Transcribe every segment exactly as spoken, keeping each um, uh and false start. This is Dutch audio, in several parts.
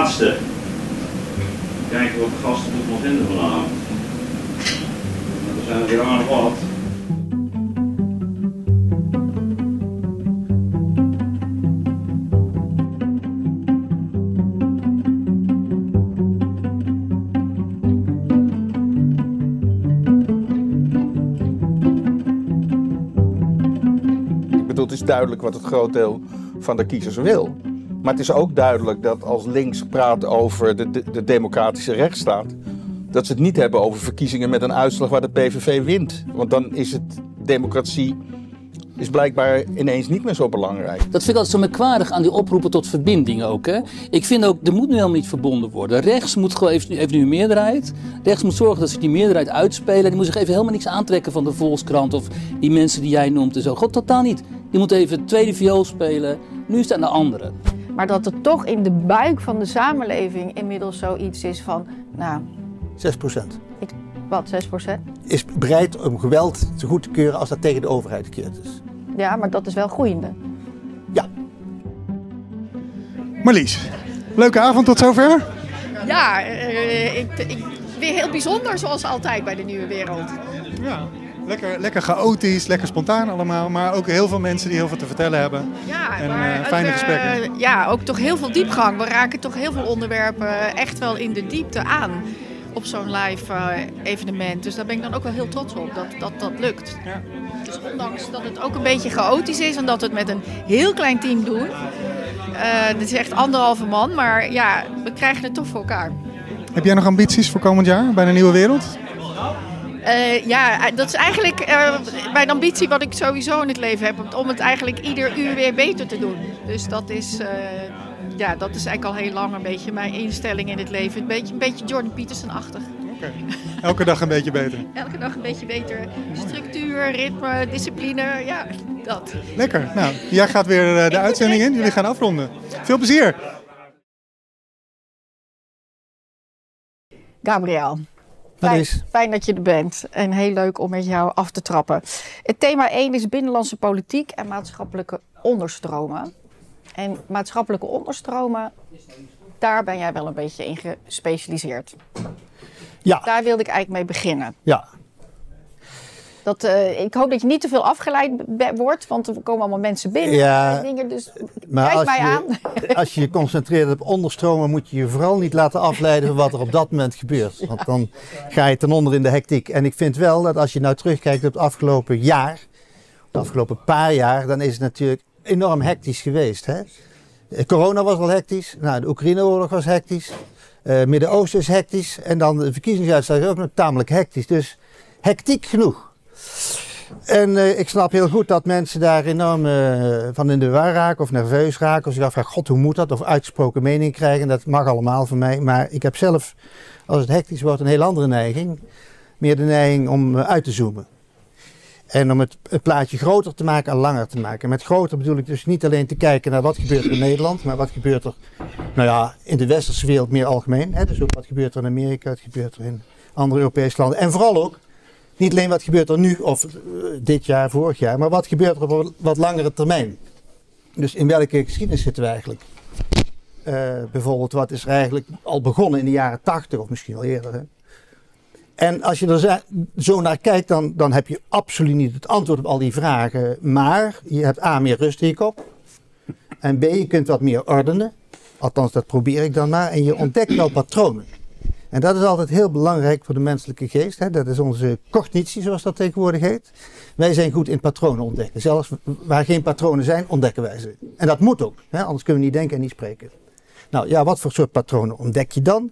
laatste. Kijken wat de gasten ervan vinden vanavond. Er zijn er weer aardig wat. Het is duidelijk wat het groot deel van de kiezers wil. Maar het is ook duidelijk dat als links praat over de, de, de democratische rechtsstaat, dat ze het niet hebben over verkiezingen met een uitslag waar de P V V wint. Want dan is het democratie is blijkbaar ineens niet meer zo belangrijk. Dat vind ik altijd zo merkwaardig aan die oproepen tot verbinding ook. Hè? Ik vind ook, er moet nu helemaal niet verbonden worden. Rechts moet gewoon, heeft, heeft nu een meerderheid. Rechts moet zorgen dat ze die meerderheid uitspelen. Die moet zich even helemaal niks aantrekken van de Volkskrant of die mensen die jij noemt en zo. God, totaal niet. Die moet even tweede viool spelen. Nu is het aan de anderen. Maar dat er toch in de buik van de samenleving inmiddels zoiets is van, nou... zes procent. Ik, wat, zes procent? Is bereid om geweld zo goed te keuren als dat tegen de overheid gekeerd is. Ja, maar dat is wel groeiende. Ja. Marlies, leuke avond tot zover? Ja, uh, ik, ik, weer heel bijzonder zoals altijd bij de Nieuwe Wereld. Ja. Lekker, lekker chaotisch, lekker spontaan allemaal, maar ook heel veel mensen die heel veel te vertellen hebben. Ja, en maar uh, fijne het, gesprekken. Uh, ja, ook toch heel veel diepgang. We raken toch heel veel onderwerpen echt wel in de diepte aan op zo'n live uh, evenement. Dus daar ben ik dan ook wel heel trots op, dat dat, dat lukt. Ja. Dus ondanks dat het ook een beetje chaotisch is en dat we het met een heel klein team doen. Uh, dit is echt anderhalve man, maar ja, we krijgen het toch voor elkaar. Heb jij nog ambities voor komend jaar bij de Nieuwe Wereld? Uh, ja, dat is eigenlijk uh, mijn ambitie wat ik sowieso in het leven heb. Om het eigenlijk ieder uur weer beter te doen. Dus dat is, uh, ja, dat is eigenlijk al heel lang een beetje mijn instelling in het leven. Een beetje, een beetje Jordan Peterson-achtig. Oké. Okay. Elke dag een beetje beter. Elke dag een beetje beter. Structuur, ritme, discipline, ja, dat. Lekker. Nou, jij gaat weer uh, de uitzending in. Jullie gaan afronden. Veel plezier. Gabriel. Fijn, fijn dat je er bent en heel leuk om met jou af te trappen. Het thema één is binnenlandse politiek en maatschappelijke onderstromen. En maatschappelijke onderstromen, daar ben jij wel een beetje in gespecialiseerd. Ja. Daar wilde ik eigenlijk mee beginnen. Ja. Dat, uh, ik hoop dat je niet te veel afgeleid wordt, want er komen allemaal mensen binnen. Ja, en dingen, dus maar kijk als mij je, aan. Als je je concentreert op onderstromen, moet je je vooral niet laten afleiden van wat er op dat moment gebeurt. Want dan ga je ten onder in de hectiek. En ik vind wel dat als je nou terugkijkt op het afgelopen jaar, het afgelopen paar jaar, dan is het natuurlijk enorm hectisch geweest. Hè? Corona was al hectisch, nou, de Oekraïne-oorlog was hectisch, uh, Midden-Oosten is hectisch en dan de verkiezingsuitslag is ook nog tamelijk hectisch. Dus hectiek genoeg. En uh, ik snap heel goed dat mensen daar enorm uh, van in de war raken of nerveus raken. Of zich afvragen, god hoe moet dat? Of uitgesproken mening krijgen. Dat mag allemaal van mij. Maar ik heb zelf, als het hectisch wordt, een heel andere neiging. Meer de neiging om uh, uit te zoomen. En om het, het plaatje groter te maken en langer te maken. En met groter bedoel ik dus niet alleen te kijken naar wat gebeurt er in Nederland. Maar wat gebeurt er nou ja, in de westerse wereld meer algemeen. Hè? Dus ook wat gebeurt er in Amerika, wat gebeurt er in andere Europese landen. En vooral ook, niet alleen wat gebeurt er nu of uh, dit jaar, vorig jaar, maar wat gebeurt er op een wat langere termijn. Dus in welke geschiedenis zitten we eigenlijk? Uh, bijvoorbeeld wat is er eigenlijk al begonnen in de jaren tachtig of misschien al eerder. Hè? En als je er zo naar kijkt, dan, dan heb je absoluut niet het antwoord op al die vragen. Maar je hebt A, meer rust in je kop. En B, je kunt wat meer ordenen. Althans, dat probeer ik dan maar. En je ontdekt wel patronen. En dat is altijd heel belangrijk voor de menselijke geest. Hè? Dat is onze cognitie, zoals dat tegenwoordig heet. Wij zijn goed in patronen ontdekken. Zelfs waar geen patronen zijn, ontdekken wij ze. En dat moet ook, hè? Anders kunnen we niet denken en niet spreken. Nou ja, wat voor soort patronen ontdek je dan?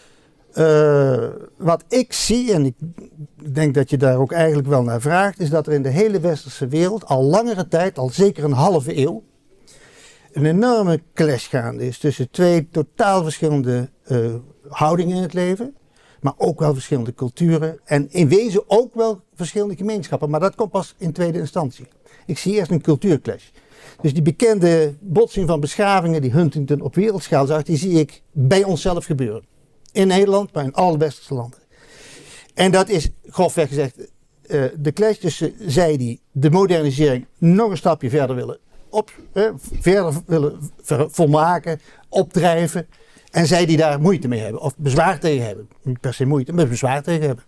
Uh, wat ik zie, en ik denk dat je daar ook eigenlijk wel naar vraagt, is dat er in de hele westerse wereld al langere tijd, al zeker een halve eeuw, een enorme clash gaande is tussen twee totaal verschillende uh, houdingen in het leven, maar ook wel verschillende culturen en in wezen ook wel verschillende gemeenschappen, maar dat komt pas in tweede instantie. Ik zie eerst een cultuurclash. Dus die bekende botsing van beschavingen die Huntington op wereldschaal zag, die zie ik bij onszelf gebeuren. In Nederland, maar in alle westerse landen. En dat is, grofweg gezegd, uh, de clash tussen zij die de modernisering nog een stapje verder willen, op, uh, verder willen ver, volmaken, opdrijven. En zij die daar moeite mee hebben, of bezwaar tegen hebben. Niet per se moeite, maar bezwaar tegen hebben.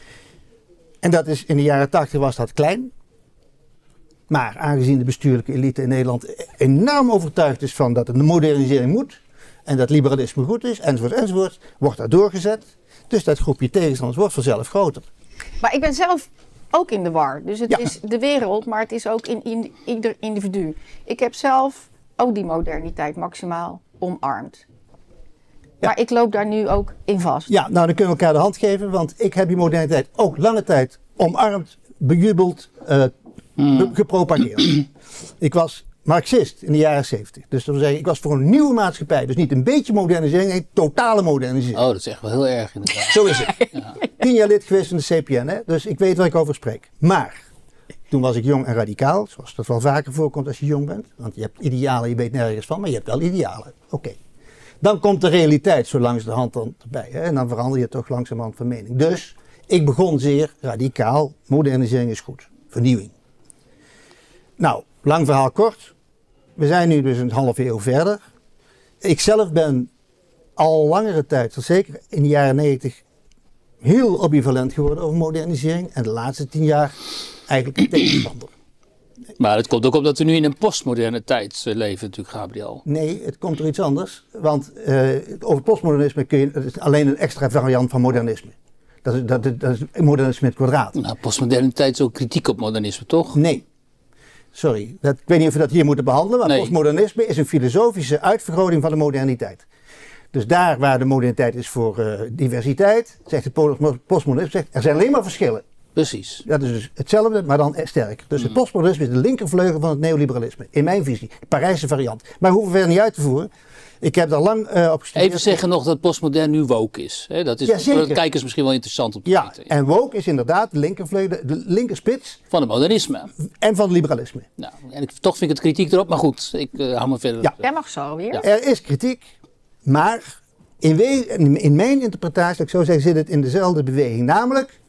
En dat is in de jaren tachtig was dat klein. Maar aangezien de bestuurlijke elite in Nederland enorm overtuigd is van dat de modernisering moet. En dat liberalisme goed is, enzovoort, enzovoort. Wordt dat doorgezet. Dus dat groepje tegenstanders wordt vanzelf groter. Maar ik ben zelf ook in de war. Dus het Ja. is de wereld, maar het is ook in, in ieder individu. Ik heb zelf ook die moderniteit maximaal omarmd. Ja. Maar ik loop daar nu ook in vast. Ja, nou dan kunnen we elkaar de hand geven. Want ik heb die moderniteit ook lange tijd omarmd, bejubeld, uh, be- gepropageerd. Ik was Marxist in de jaren zeventig. Dus dat wil zeggen, ik was voor een nieuwe maatschappij. Dus niet een beetje modernisering, nee, totale modernisering. Oh, dat is echt wel heel erg inderdaad. Zo is het. Ja. Tien jaar lid geweest van de C P N, hè? Dus ik weet waar ik over spreek. Maar toen was ik jong en radicaal, zoals dat wel vaker voorkomt als je jong bent. Want je hebt idealen, je weet nergens van, maar je hebt wel idealen. Oké. Okay. Dan komt de realiteit zo langs de hand dan erbij. Hè? En dan verander je toch langzamerhand van mening. Dus ik begon zeer radicaal. Modernisering is goed. Vernieuwing. Nou, lang verhaal kort. We zijn nu dus een half eeuw verder. Ik zelf ben al langere tijd, zeker in de jaren negentig, heel ambivalent geworden over modernisering. En de laatste tien jaar eigenlijk een tegenstander. Maar het komt ook omdat we nu in een postmoderne tijd leven natuurlijk, Gabriel. Nee, het komt door iets anders. Want uh, over postmodernisme kun je, het is alleen een extra variant van modernisme. Dat is, dat, dat is modernisme in het kwadraat. Nou, postmoderne tijd is ook kritiek op modernisme, toch? Nee. Sorry, dat, ik weet niet of we dat hier moeten behandelen, maar Nee. postmodernisme is een filosofische uitvergroting van de moderniteit. Dus daar waar de moderniteit is voor uh, diversiteit, zegt de postmodernisme, zegt, er zijn alleen maar verschillen. Precies. Dat is dus hetzelfde, maar dan sterker. Dus het postmodernisme is de linkervleugel van het neoliberalisme. In mijn visie. De Parijse variant. Maar hoeven we verder niet uit te voeren. Ik heb daar lang uh, op gestudeerd. Even zeggen nog dat postmodern nu woke is. Hè? Dat is Ja, voor zeker. de kijkers misschien wel interessant om te Ja, weten. en woke is inderdaad de linkervleugel, de linkerspits Van het modernisme. en van het liberalisme. Nou, en ik, toch vind ik het kritiek erop, maar goed, ik uh, hou me verder. Ja. Jij mag zo weer. Ja. Er is kritiek, maar in, we, in mijn interpretatie, dat ik zo zeg, zit het in dezelfde beweging. Namelijk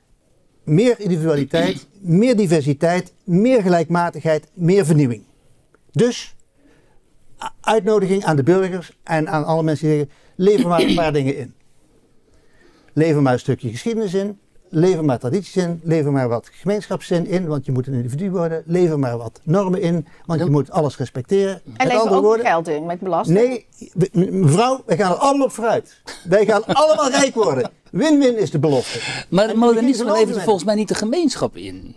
meer individualiteit, meer diversiteit, meer gelijkmatigheid, meer vernieuwing. Dus uitnodiging aan de burgers en aan alle mensen die zeggen, lever maar een paar dingen in. Lever maar een stukje geschiedenis in, lever maar tradities in, lever maar wat gemeenschapszin in, want je moet een individu worden. Lever maar wat normen in, want je moet alles respecteren. En Met lever andere ook woorden, geld in met belasting. nee, we- mevrouw, wij gaan er allemaal op vooruit. Wij gaan allemaal rijk worden. Win-win is de belofte. Maar En het die modernisme geloven levert wij volgens mij niet de gemeenschap in.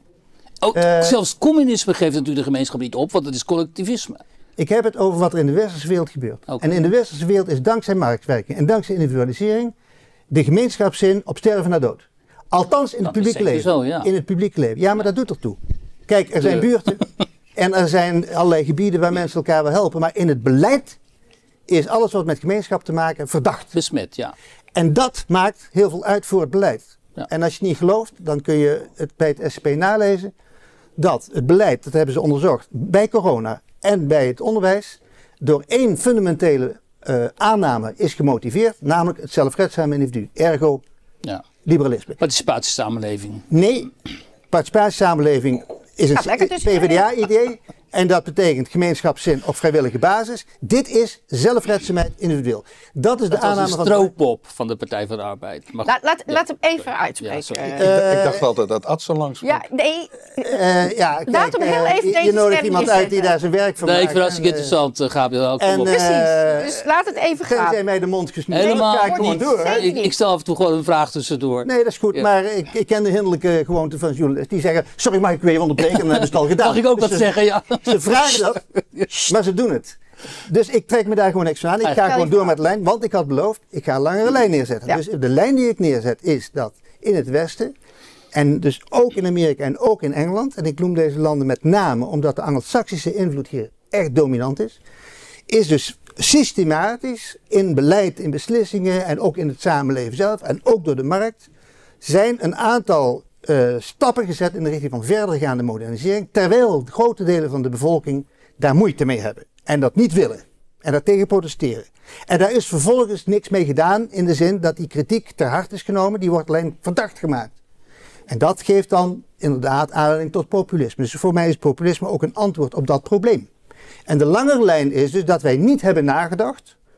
Ook, Eh, zelfs communisme geeft natuurlijk de gemeenschap niet op, want het is collectivisme. Ik heb het over wat er in de westerse wereld gebeurt. Oké. En in de westerse wereld is dankzij marktwerking en dankzij individualisering de gemeenschapszin op sterven na dood. Althans in het Dat is publieke zeker leven. zo, ja. In het publieke leven. Ja, maar dat doet ertoe. Kijk, er zijn Ja. buurten en er zijn allerlei gebieden waar mensen elkaar wel helpen. Maar in het beleid is alles wat met gemeenschap te maken verdacht. Besmet, ja. En dat maakt heel veel uit voor het beleid. Ja. En als je het niet gelooft, dan kun je het bij het S C P nalezen. Dat het beleid, dat hebben ze onderzocht, bij corona en bij het onderwijs, door één fundamentele uh, aanname is gemotiveerd. Namelijk het zelfredzame individu. Ergo ja. liberalisme. Participatiesamenleving. Nee, participatiesamenleving is Gaat lekker een tussen. P v d A-idee. En dat betekent gemeenschapszin op vrijwillige basis. Dit is zelfredzaamheid individueel. Dat is de Dat was aanname een van... stroopop van de Partij van de Arbeid. Maar Laat, goed, laat, ja. laat hem even uitspreken. Ja, sorry. Eh, Ik, ik dacht altijd dat Ad zo langs ja, nee. Uh, ja, kijk, Laat hem heel uh, even je, deze je nodigt stelling iemand uit die zetten. daar zijn werk van Nee, ik maakt. vind het hartstikke En, uh, interessant, uh, Gabriel. Kom En, op. uh, Precies. Dus laat het even gaan. Tenzij mij de mond gesnoerd wordt, Helemaal ga ik gewoon niet. door. Hè? Zeker Ik, ik stel af en toe gewoon een vraag tussendoor. Nee, dat is goed. Ja. Maar ik, ik ken de hinderlijke gewoonte van journalisten. Die zeggen, sorry, mag ik weer onderbreken? En dan hebben ze het al gedaan. Mag ik ook Dus wat ze, zeggen? Ja. Ze vragen dat, maar ze doen het. Dus ik trek me daar gewoon niks van aan. Ik ga Eigenlijk. gewoon door met de lijn, want ik had beloofd, ik ga een langere lijn neerzetten. Ja. Dus de lijn die ik neerzet is dat in het Westen, en dus ook in Amerika en ook in Engeland, en ik noem deze landen met name omdat de Anglo-Saxische invloed hier echt dominant is, is dus systematisch in beleid, in beslissingen en ook in het samenleven zelf en ook door de markt, zijn een aantal uh, stappen gezet in de richting van verdergaande modernisering, terwijl grote delen van de bevolking daar moeite mee hebben en dat niet willen en daartegen protesteren. En daar is vervolgens niks mee gedaan in de zin dat die kritiek ter harte is genomen, die wordt alleen verdacht gemaakt. En dat geeft dan inderdaad aanleiding tot populisme. Dus voor mij is populisme ook een antwoord op dat probleem. En de langere lijn is dus dat wij niet hebben nagedacht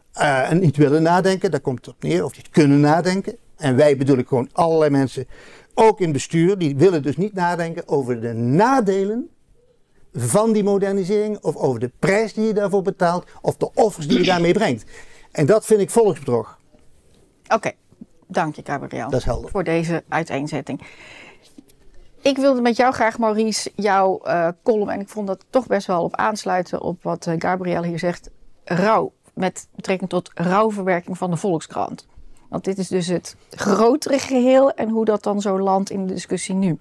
Uh, en niet willen nadenken, daar komt het op neer. Of niet kunnen nadenken. En wij bedoel ik gewoon allerlei mensen, ook in het bestuur, die willen dus niet nadenken over de nadelen van die modernisering. Of over de prijs die je daarvoor betaalt. Of de offers die je daarmee brengt. En dat vind ik volksbedrog. Oké, okay. Dank je Gabriel. Dat is helder. Voor deze uiteenzetting. Ik wilde met jou graag, Maurice, jouw uh, column, en ik vond dat toch best wel op aansluiten op wat uh, Gabriel hier zegt, rouw, met betrekking tot rouwverwerking van de Volkskrant. Want dit is dus het grotere geheel en hoe dat dan zo landt in de discussie nu.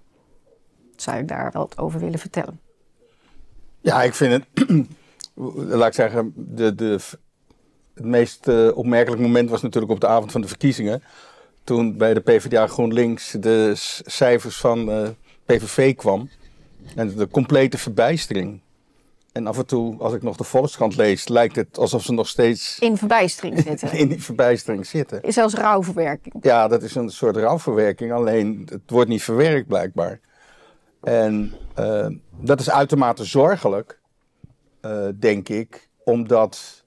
Zou ik daar wel wat over willen vertellen? Ja, ik vind het, laat ik zeggen, de, de, het meest uh, opmerkelijk moment was natuurlijk op de avond van de verkiezingen. Toen bij de PvdA GroenLinks de cijfers van uh, P V V kwam. En de complete verbijstering. En af en toe, als ik nog de Volkskrant lees, lijkt het alsof ze nog steeds in verbijstering zitten. in die verbijstering zitten. Is zelfs rouwverwerking. Ja, dat is een soort rouwverwerking. Alleen, het wordt niet verwerkt blijkbaar. En uh, dat is uitermate zorgelijk, uh, denk ik. Omdat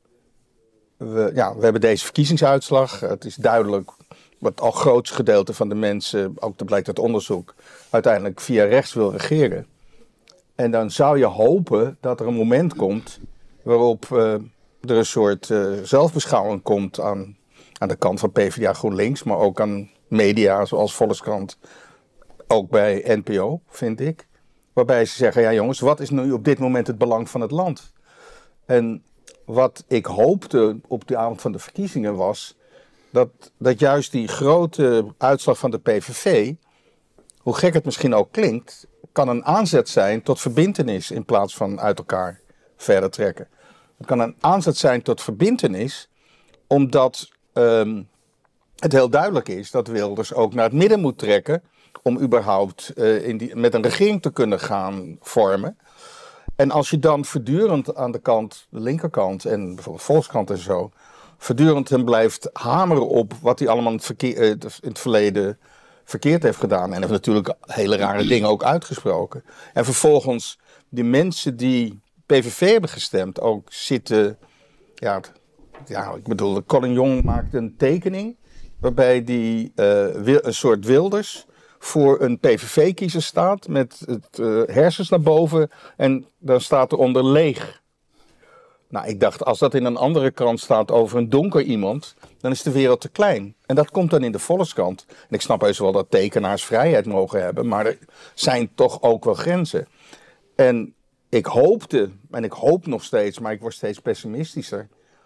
we, ja, we hebben deze verkiezingsuitslag. Het is duidelijk wat al grootste gedeelte van de mensen, ook dat blijkt uit onderzoek, uiteindelijk via rechts wil regeren. En dan zou je hopen dat er een moment komt waarop uh, er een soort uh, zelfbeschouwing komt aan, aan de kant van PvdA GroenLinks, maar ook aan media zoals Volkskrant, ook bij N P O, vind ik. Waarbij ze zeggen, ja jongens, wat is nu op dit moment het belang van het land? En wat ik hoopte op de avond van de verkiezingen was dat, dat juist die grote uitslag van de P V V, hoe gek het misschien ook klinkt, kan een aanzet zijn tot verbintenis in plaats van uit elkaar verder trekken. Het kan een aanzet zijn tot verbintenis, omdat um, het heel duidelijk is dat Wilders ook naar het midden moet trekken om überhaupt uh, in die, met een regering te kunnen gaan vormen. En als je dan voortdurend aan de kant, de linkerkant en bijvoorbeeld Volkskrant en zo, voortdurend hem blijft hameren op wat hij allemaal in het, verkeer, uh, in het verleden verkeerd heeft gedaan. En heeft natuurlijk hele rare dingen ook uitgesproken. En vervolgens die mensen die P V V hebben gestemd ook zitten. Ja, ja ik bedoel, Colin Jong maakt een tekening waarbij die uh, een soort Wilders voor een P V V-kiezer staat met het uh, hersens naar boven en dan staat er onder leeg. Nou, ik dacht, als dat in een andere krant staat over een donker iemand, dan is de wereld te klein. En dat komt dan in de Volkskrant. En ik snap heus wel dat tekenaars vrijheid mogen hebben, maar er zijn toch ook wel grenzen. En ik hoopte, en ik hoop nog steeds, maar ik word steeds pessimistischer,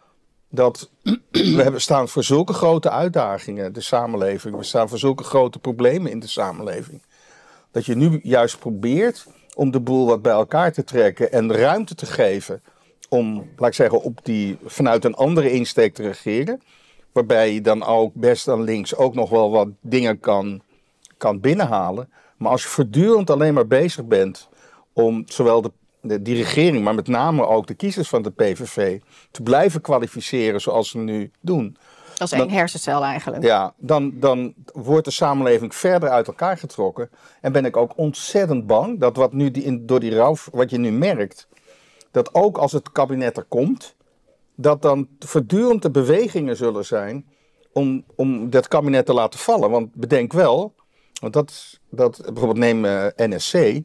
dat we hebben staan voor zulke grote uitdagingen, de samenleving. We staan voor zulke grote problemen in de samenleving. Dat je nu juist probeert om de boel wat bij elkaar te trekken en ruimte te geven om, laat ik zeggen, op die, vanuit een andere insteek te regeren. Waarbij je dan ook best aan links ook nog wel wat dingen kan, kan binnenhalen. Maar als je voortdurend alleen maar bezig bent om zowel de, de, die regering, maar met name ook de kiezers van de P V V te blijven kwalificeren zoals ze nu doen. Dat is één hersencel eigenlijk. Ja, dan, dan wordt de samenleving verder uit elkaar getrokken. En ben ik ook ontzettend bang dat wat, nu die, door die rouw, wat je nu merkt, dat ook als het kabinet er komt, dat dan voortdurend de bewegingen zullen zijn om, om dat kabinet te laten vallen. Want bedenk wel, want dat, dat bijvoorbeeld neem uh, N S C.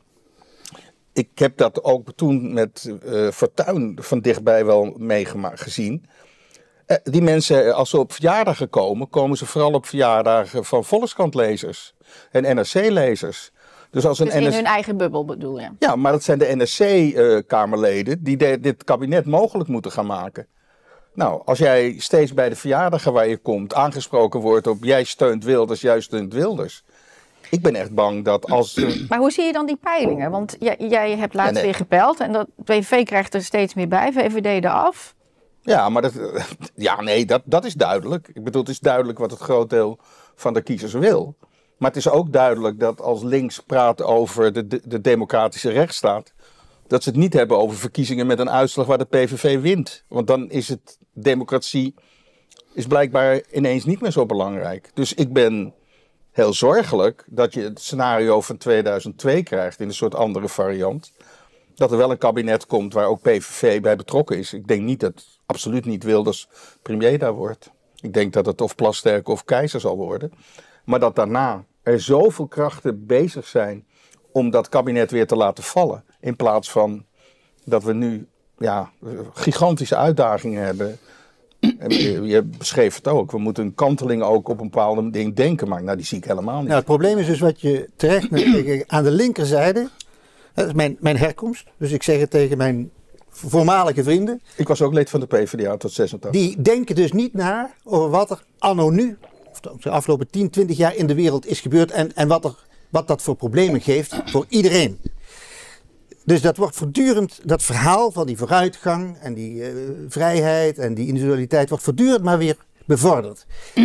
Ik heb dat ook toen met uh, Fortuyn van dichtbij wel meegemaakt, gezien. Uh, die mensen, als ze op verjaardagen komen, komen ze vooral op verjaardagen van Volkskrant-lezers en N R C-lezers. Dus, als een dus in N S... hun eigen bubbel bedoel je? Ja, maar dat zijn de N S C-kamerleden uh, die de, dit kabinet mogelijk moeten gaan maken. Nou, als jij steeds bij de verjaardagen waar je komt aangesproken wordt op jij steunt Wilders, jij steunt Wilders. Ik ben echt bang dat als... Uh... Maar hoe zie je dan die peilingen? Want jij, jij hebt laatst ja, nee. weer gepeild en dat P V V krijgt er steeds meer bij, V V D eraf. Ja, maar dat, ja, nee, dat, dat is duidelijk. Ik bedoel, het is duidelijk wat het groot deel van de kiezers wil. Maar het is ook duidelijk dat als links praat over de, de, de democratische rechtsstaat, dat ze het niet hebben over verkiezingen met een uitslag waar de P V V wint. Want dan is het democratie is blijkbaar ineens niet meer zo belangrijk. Dus ik ben heel zorgelijk dat je het scenario van tweeduizend twee krijgt in een soort andere variant. dat er wel een kabinet komt waar ook P V V bij betrokken is. Ik denk niet dat, absoluut niet Wilders premier daar wordt. Ik denk dat het of Plasterk of Keizer zal worden. Maar dat daarna er zoveel krachten bezig zijn om dat kabinet weer te laten vallen. In plaats van dat we nu ja, gigantische uitdagingen hebben. En je, je beschreef het ook. We moeten een kanteling ook op een bepaalde ding denken. Maar nou, die zie ik helemaal niet. Nou, het probleem is dus wat je terecht aan de linkerzijde. Dat is mijn, mijn herkomst. Dus ik zeg het tegen mijn voormalige vrienden. Ik was ook lid van de P v d A tot zesentachtig. Die denken dus niet na over wat er anno nu, of de afgelopen tien, twintig jaar in de wereld is gebeurd. En, en wat, er, wat dat voor problemen geeft voor iedereen. Dus dat wordt voortdurend, dat verhaal van die vooruitgang en die uh, vrijheid en die individualiteit wordt voortdurend maar weer bevorderd.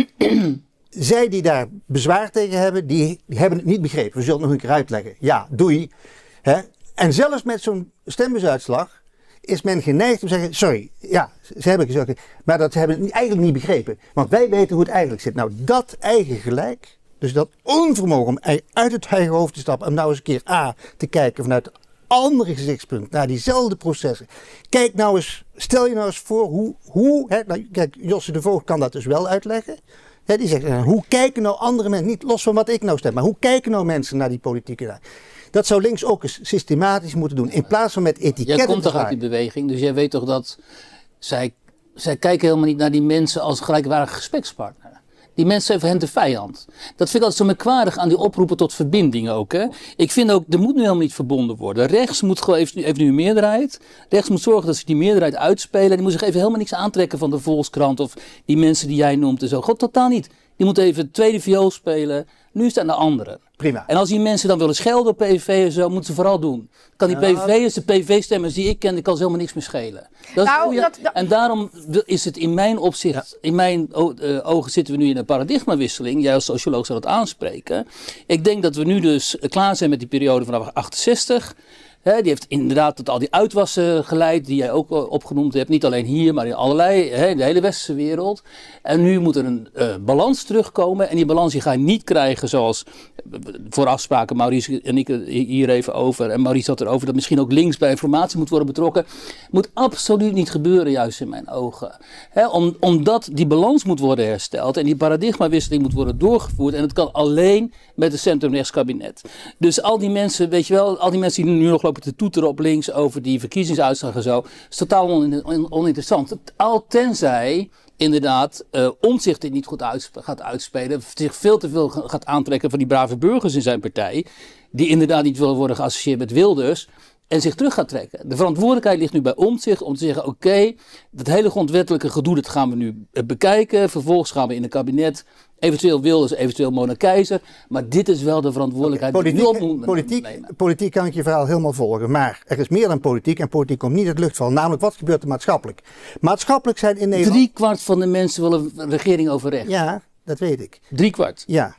Zij die daar bezwaar tegen hebben, die, die hebben het niet begrepen. We zullen het nog een keer uitleggen. Ja, doei. Hè? En zelfs met zo'n stembusuitslag is men geneigd om te zeggen, sorry, ja, ze hebben gezegd, maar dat hebben ze eigenlijk niet begrepen. Want wij weten hoe het eigenlijk zit. Nou, dat eigen gelijk, dus dat onvermogen om uit het eigen hoofd te stappen, om nou eens een keer A, te kijken vanuit andere gezichtspunt naar diezelfde processen. Kijk nou eens, stel je nou eens voor hoe, hoe hè, nou, kijk, Josse de Voogd kan dat dus wel uitleggen. Hè, die zegt, uh, hoe kijken nou andere mensen, niet los van wat ik nou stem, maar hoe kijken nou mensen naar die politieke raad? Dat zou links ook eens systematisch moeten doen, in plaats van met etiketten. Jij komt toch uit die beweging, dus jij weet toch dat zij, zij kijken helemaal niet naar die mensen als gelijkwaardige gesprekspartner. Die mensen zijn voor hen de vijand. Dat vind ik altijd zo merkwaardig aan die oproepen tot verbinding ook. Hè. Ik vind ook, er moet nu helemaal niet verbonden worden. Rechts moet gewoon, heeft, heeft nu een meerderheid. Rechts moet zorgen dat ze die meerderheid uitspelen. Die moet zich even helemaal niks aantrekken van de Volkskrant of die mensen die jij noemt en zo. God, totaal niet. Die moeten even de tweede viool spelen. Nu is het aan de anderen. Prima. En als die mensen dan willen schelden op P V V en zo, moeten ze vooral doen. Kan die ja, P V V'ers, de P V V-stemmers die ik ken, die kan ze helemaal niks meer schelen. Dat nou, is, dat, dat... En daarom is het in mijn opzicht, ja. in mijn uh, ogen zitten we nu in een paradigmawisseling. Jij als socioloog zou dat aanspreken. Ik denk dat we nu dus klaar zijn met die periode vanaf achtenzestig. He, die heeft inderdaad tot al die uitwassen geleid, die jij ook opgenoemd hebt. Niet alleen hier, maar in allerlei, he, de hele westerse wereld. En nu moet er een uh, balans terugkomen. En die balans die ga je niet krijgen zoals voor afspraken Maurice en ik hier even over. En Maurice had erover dat misschien ook links bij informatie moet worden betrokken. Moet absoluut niet gebeuren, juist in mijn ogen. He, om, omdat die balans moet worden hersteld en die paradigmawisseling moet worden doorgevoerd. En het kan alleen met een centrumrechtskabinet. Dus al die mensen, weet je wel, al die mensen die nu nog lopen te toeteren op links over die verkiezingsuitslag en zo, is totaal on, on, oninteressant. Al tenzij inderdaad uh, Omtzigt dit niet goed uit, gaat uitspelen, zich veel te veel gaat aantrekken van die brave burgers in zijn partij, die inderdaad niet willen worden geassocieerd met Wilders, en zich terug gaat trekken. De verantwoordelijkheid ligt nu bij Omtzigt om te zeggen, oké, okay, dat hele grondwettelijke gedoe, dat gaan we nu bekijken. Vervolgens gaan we in een kabinet, eventueel Wilders, eventueel Mona Keizer. Maar dit is wel de verantwoordelijkheid okay, politiek, die we nu op politiek, politiek kan ik je verhaal helemaal volgen. Maar er is meer dan politiek en politiek komt niet uit luchtval. Namelijk, wat gebeurt er maatschappelijk? Maatschappelijk zijn in Nederland... Drie kwart van de mensen willen een regering over recht. Ja, dat weet ik. Drie kwart? Ja.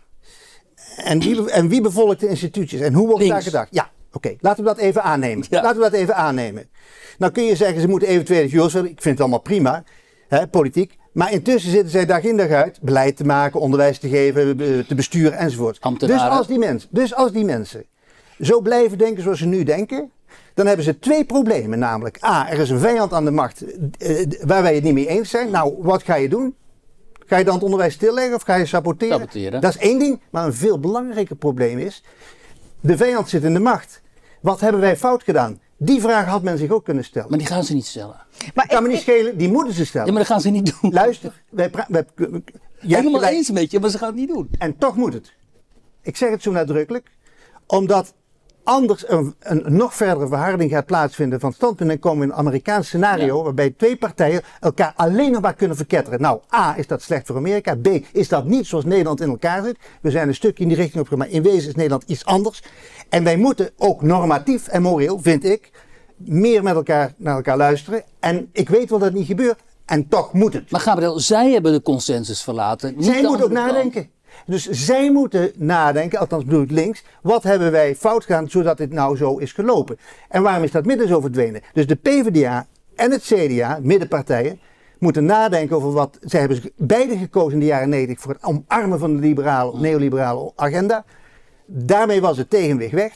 En wie, en wie bevolkt de instituties? En hoe wordt Links. daar gedacht? Ja. Oké, okay, laten we dat even aannemen. Ja. Laten we dat even aannemen. Nou kun je zeggen, ze moeten eventueel viool spelen. Ik vind het allemaal prima, hè, politiek. Maar intussen zitten zij dag in dag uit beleid te maken, onderwijs te geven, te besturen enzovoort. Dus als, die mensen, dus als die mensen zo blijven denken zoals ze nu denken, dan hebben ze twee problemen. Namelijk, A, er is een vijand aan de macht uh, waar wij het niet mee eens zijn. Nou, wat ga je doen? Ga je dan het onderwijs stilleggen of ga je saboteren? saboteren? Dat is één ding, maar een veel belangrijker probleem is, de vijand zit in de macht. Wat hebben wij fout gedaan? Die vraag had men zich ook kunnen stellen. Maar die gaan ze niet stellen. Maar kan me niet schelen, die moeten ze stellen. Ja, maar dat gaan ze niet doen. Luister, wij, wij, helemaal wij, eens met je, maar ze gaan het niet doen. En toch moet het. Ik zeg het zo nadrukkelijk, omdat anders een, een nog verdere verharding gaat plaatsvinden van standpunten en komen in een Amerikaans scenario, ja, waarbij twee partijen elkaar alleen nog maar kunnen verketteren. Nou, A, is dat slecht voor Amerika. B, is dat niet zoals Nederland in elkaar zit. We zijn een stukje in die richting op, maar in wezen is Nederland iets anders. En wij moeten ook normatief en moreel, vind ik, meer met elkaar naar elkaar luisteren. En ik weet wel dat het niet gebeurt. En toch moet het. Maar Gabriel, zij hebben de consensus verlaten. Niet zij moeten ook nadenken. Kant. Dus zij moeten nadenken, althans bedoel ik links, wat hebben wij fout gedaan zodat dit nou zo is gelopen? En waarom is dat midden zo verdwenen? Dus de P v d A en het C d A, middenpartijen, moeten nadenken over wat, zij hebben beide gekozen in de jaren negentig voor het omarmen van de liberale, neoliberale agenda. Daarmee was het tegenwicht weg.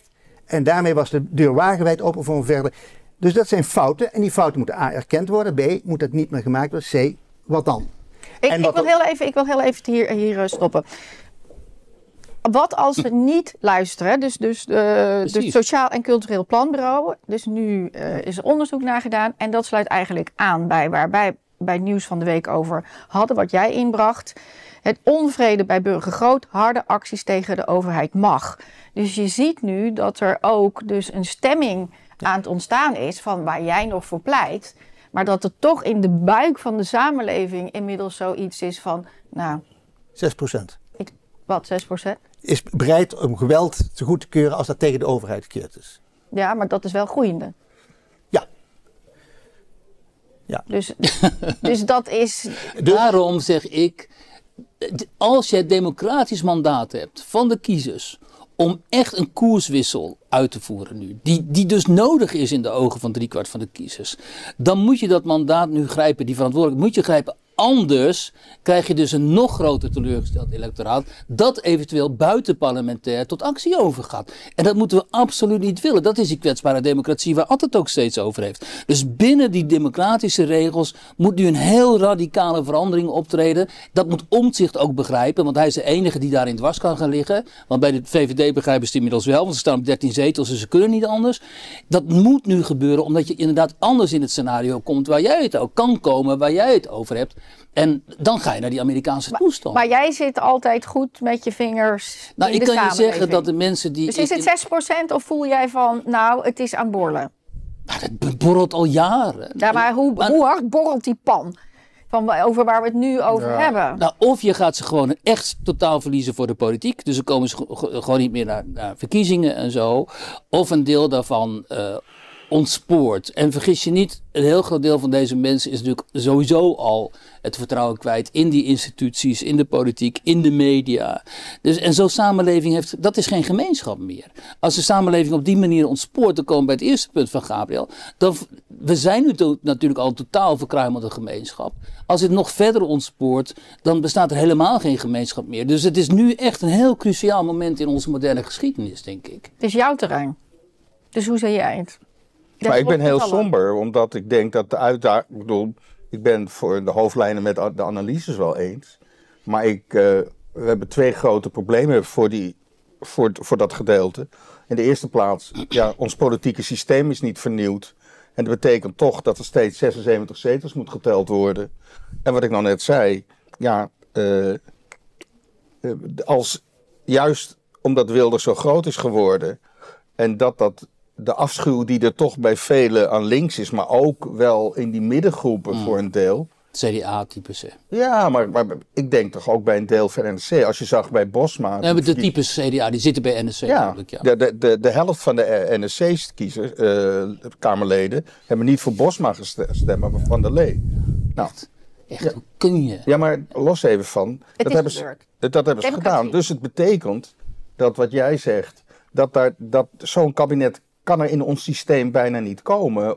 En daarmee was de deur wagenwijd open voor een verder. Dus dat zijn fouten. En die fouten moeten A, erkend worden. B, moet dat niet meer gemaakt worden. C, wat dan? Ik, en ik, wat wil, dan? heel even, ik wil heel even hier, hier stoppen. Wat als we niet luisteren? Dus, dus uh, het Sociaal en Cultureel Planbureau. Dus nu uh, is er onderzoek naar gedaan. En dat sluit eigenlijk aan bij waar wij bij het nieuws van de week over hadden. Wat jij inbracht. Het onvrede bij burger groot. Harde acties tegen de overheid mag. Dus je ziet nu dat er ook dus een stemming aan het ontstaan is van waar jij nog voor pleit. Maar dat er toch in de buik van de samenleving inmiddels zoiets is van, nou... zes procent. Ik, wat, zes procent? Is bereid om geweld te goed te keuren als dat tegen de overheid gekeerd is. Ja, maar dat is wel groeiende. Ja. Ja. Dus, dus dat is... Dus, daarom zeg ik, als je het democratisch mandaat hebt van de kiezers om echt een koerswissel uit te voeren nu, die, die dus nodig is in de ogen van driekwart van de kiezers, dan moet je dat mandaat nu grijpen, die verantwoordelijkheid moet je grijpen. Anders krijg je dus een nog groter teleurgesteld electoraat dat eventueel buitenparlementair tot actie overgaat. En dat moeten we absoluut niet willen. Dat is die kwetsbare democratie waar Ad het ook steeds over heeft. Dus binnen die democratische regels moet nu een heel radicale verandering optreden. Dat moet Omtzigt ook begrijpen, want hij is de enige die daarin dwars kan gaan liggen. Want bij de V V D begrijpen ze het inmiddels wel, want ze staan op dertien zetels en ze kunnen niet anders. Dat moet nu gebeuren, omdat je inderdaad anders in het scenario komt waar jij het ook kan komen, waar jij het over hebt. En dan ga je naar die Amerikaanse toestand. Maar, maar jij zit altijd goed met je vingers nou, in de ik kan samenleving. je zeggen dat de mensen die... Dus is het zes procent of voel jij van, nou, het is aan borrelen? Nou, dat borrelt al jaren. Ja, maar hoe, maar, hoe hard borrelt die pan? Van, over waar we het nu over ja. hebben. Nou, of je gaat ze gewoon echt totaal verliezen voor de politiek. Dus dan komen ze gewoon niet meer naar, naar verkiezingen en zo. Of een deel daarvan... Uh, ontspoort. En vergis je niet, een heel groot deel van deze mensen is natuurlijk sowieso al het vertrouwen kwijt in die instituties, in de politiek, in de media. Dus, en zo'n samenleving heeft, dat is geen gemeenschap meer. Als de samenleving op die manier ontspoort, dan komen we bij het eerste punt van Gabriel. Dan, we zijn nu to, natuurlijk al een totaal verkruimelde gemeenschap. Als het nog verder ontspoort, dan bestaat er helemaal geen gemeenschap meer. Dus het is nu echt een heel cruciaal moment in onze moderne geschiedenis, denk ik. Het is jouw terrein. Dus hoe zie jij het? Maar ik ben heel somber, omdat ik denk dat de uitdaging... Ik bedoel, ik ben voor de hoofdlijnen met de analyses wel eens. Maar ik, uh, we hebben twee grote problemen voor, die, voor, voor dat gedeelte. In de eerste plaats, ja, ons politieke systeem is niet vernieuwd. En dat betekent toch dat er steeds zesenzeventig zetels moet geteld worden. En wat ik nou net zei, ja, uh, als, juist omdat Wilders zo groot is geworden en dat dat... de afschuw die er toch bij velen aan links is, maar ook wel in die middengroepen mm. voor een deel. C D A-types, hè? Ja, maar, maar ik denk toch ook bij een deel van N S C. Als je zag bij Bosma... Ja, maar de die, types C D A, die zitten bij N S C. Ja, ja. De, de, de, de helft van de N S C-kiezers, uh, Kamerleden, hebben niet voor Bosma gestemd, maar voor Van der Lee. Nou, echt, echt ja. Hoe kun je? Ja, maar los even van. Het dat hebben ze, dat hebben ze gedaan. Dus het betekent dat wat jij zegt, dat, daar, dat zo'n kabinet... kan er in ons systeem bijna niet komen.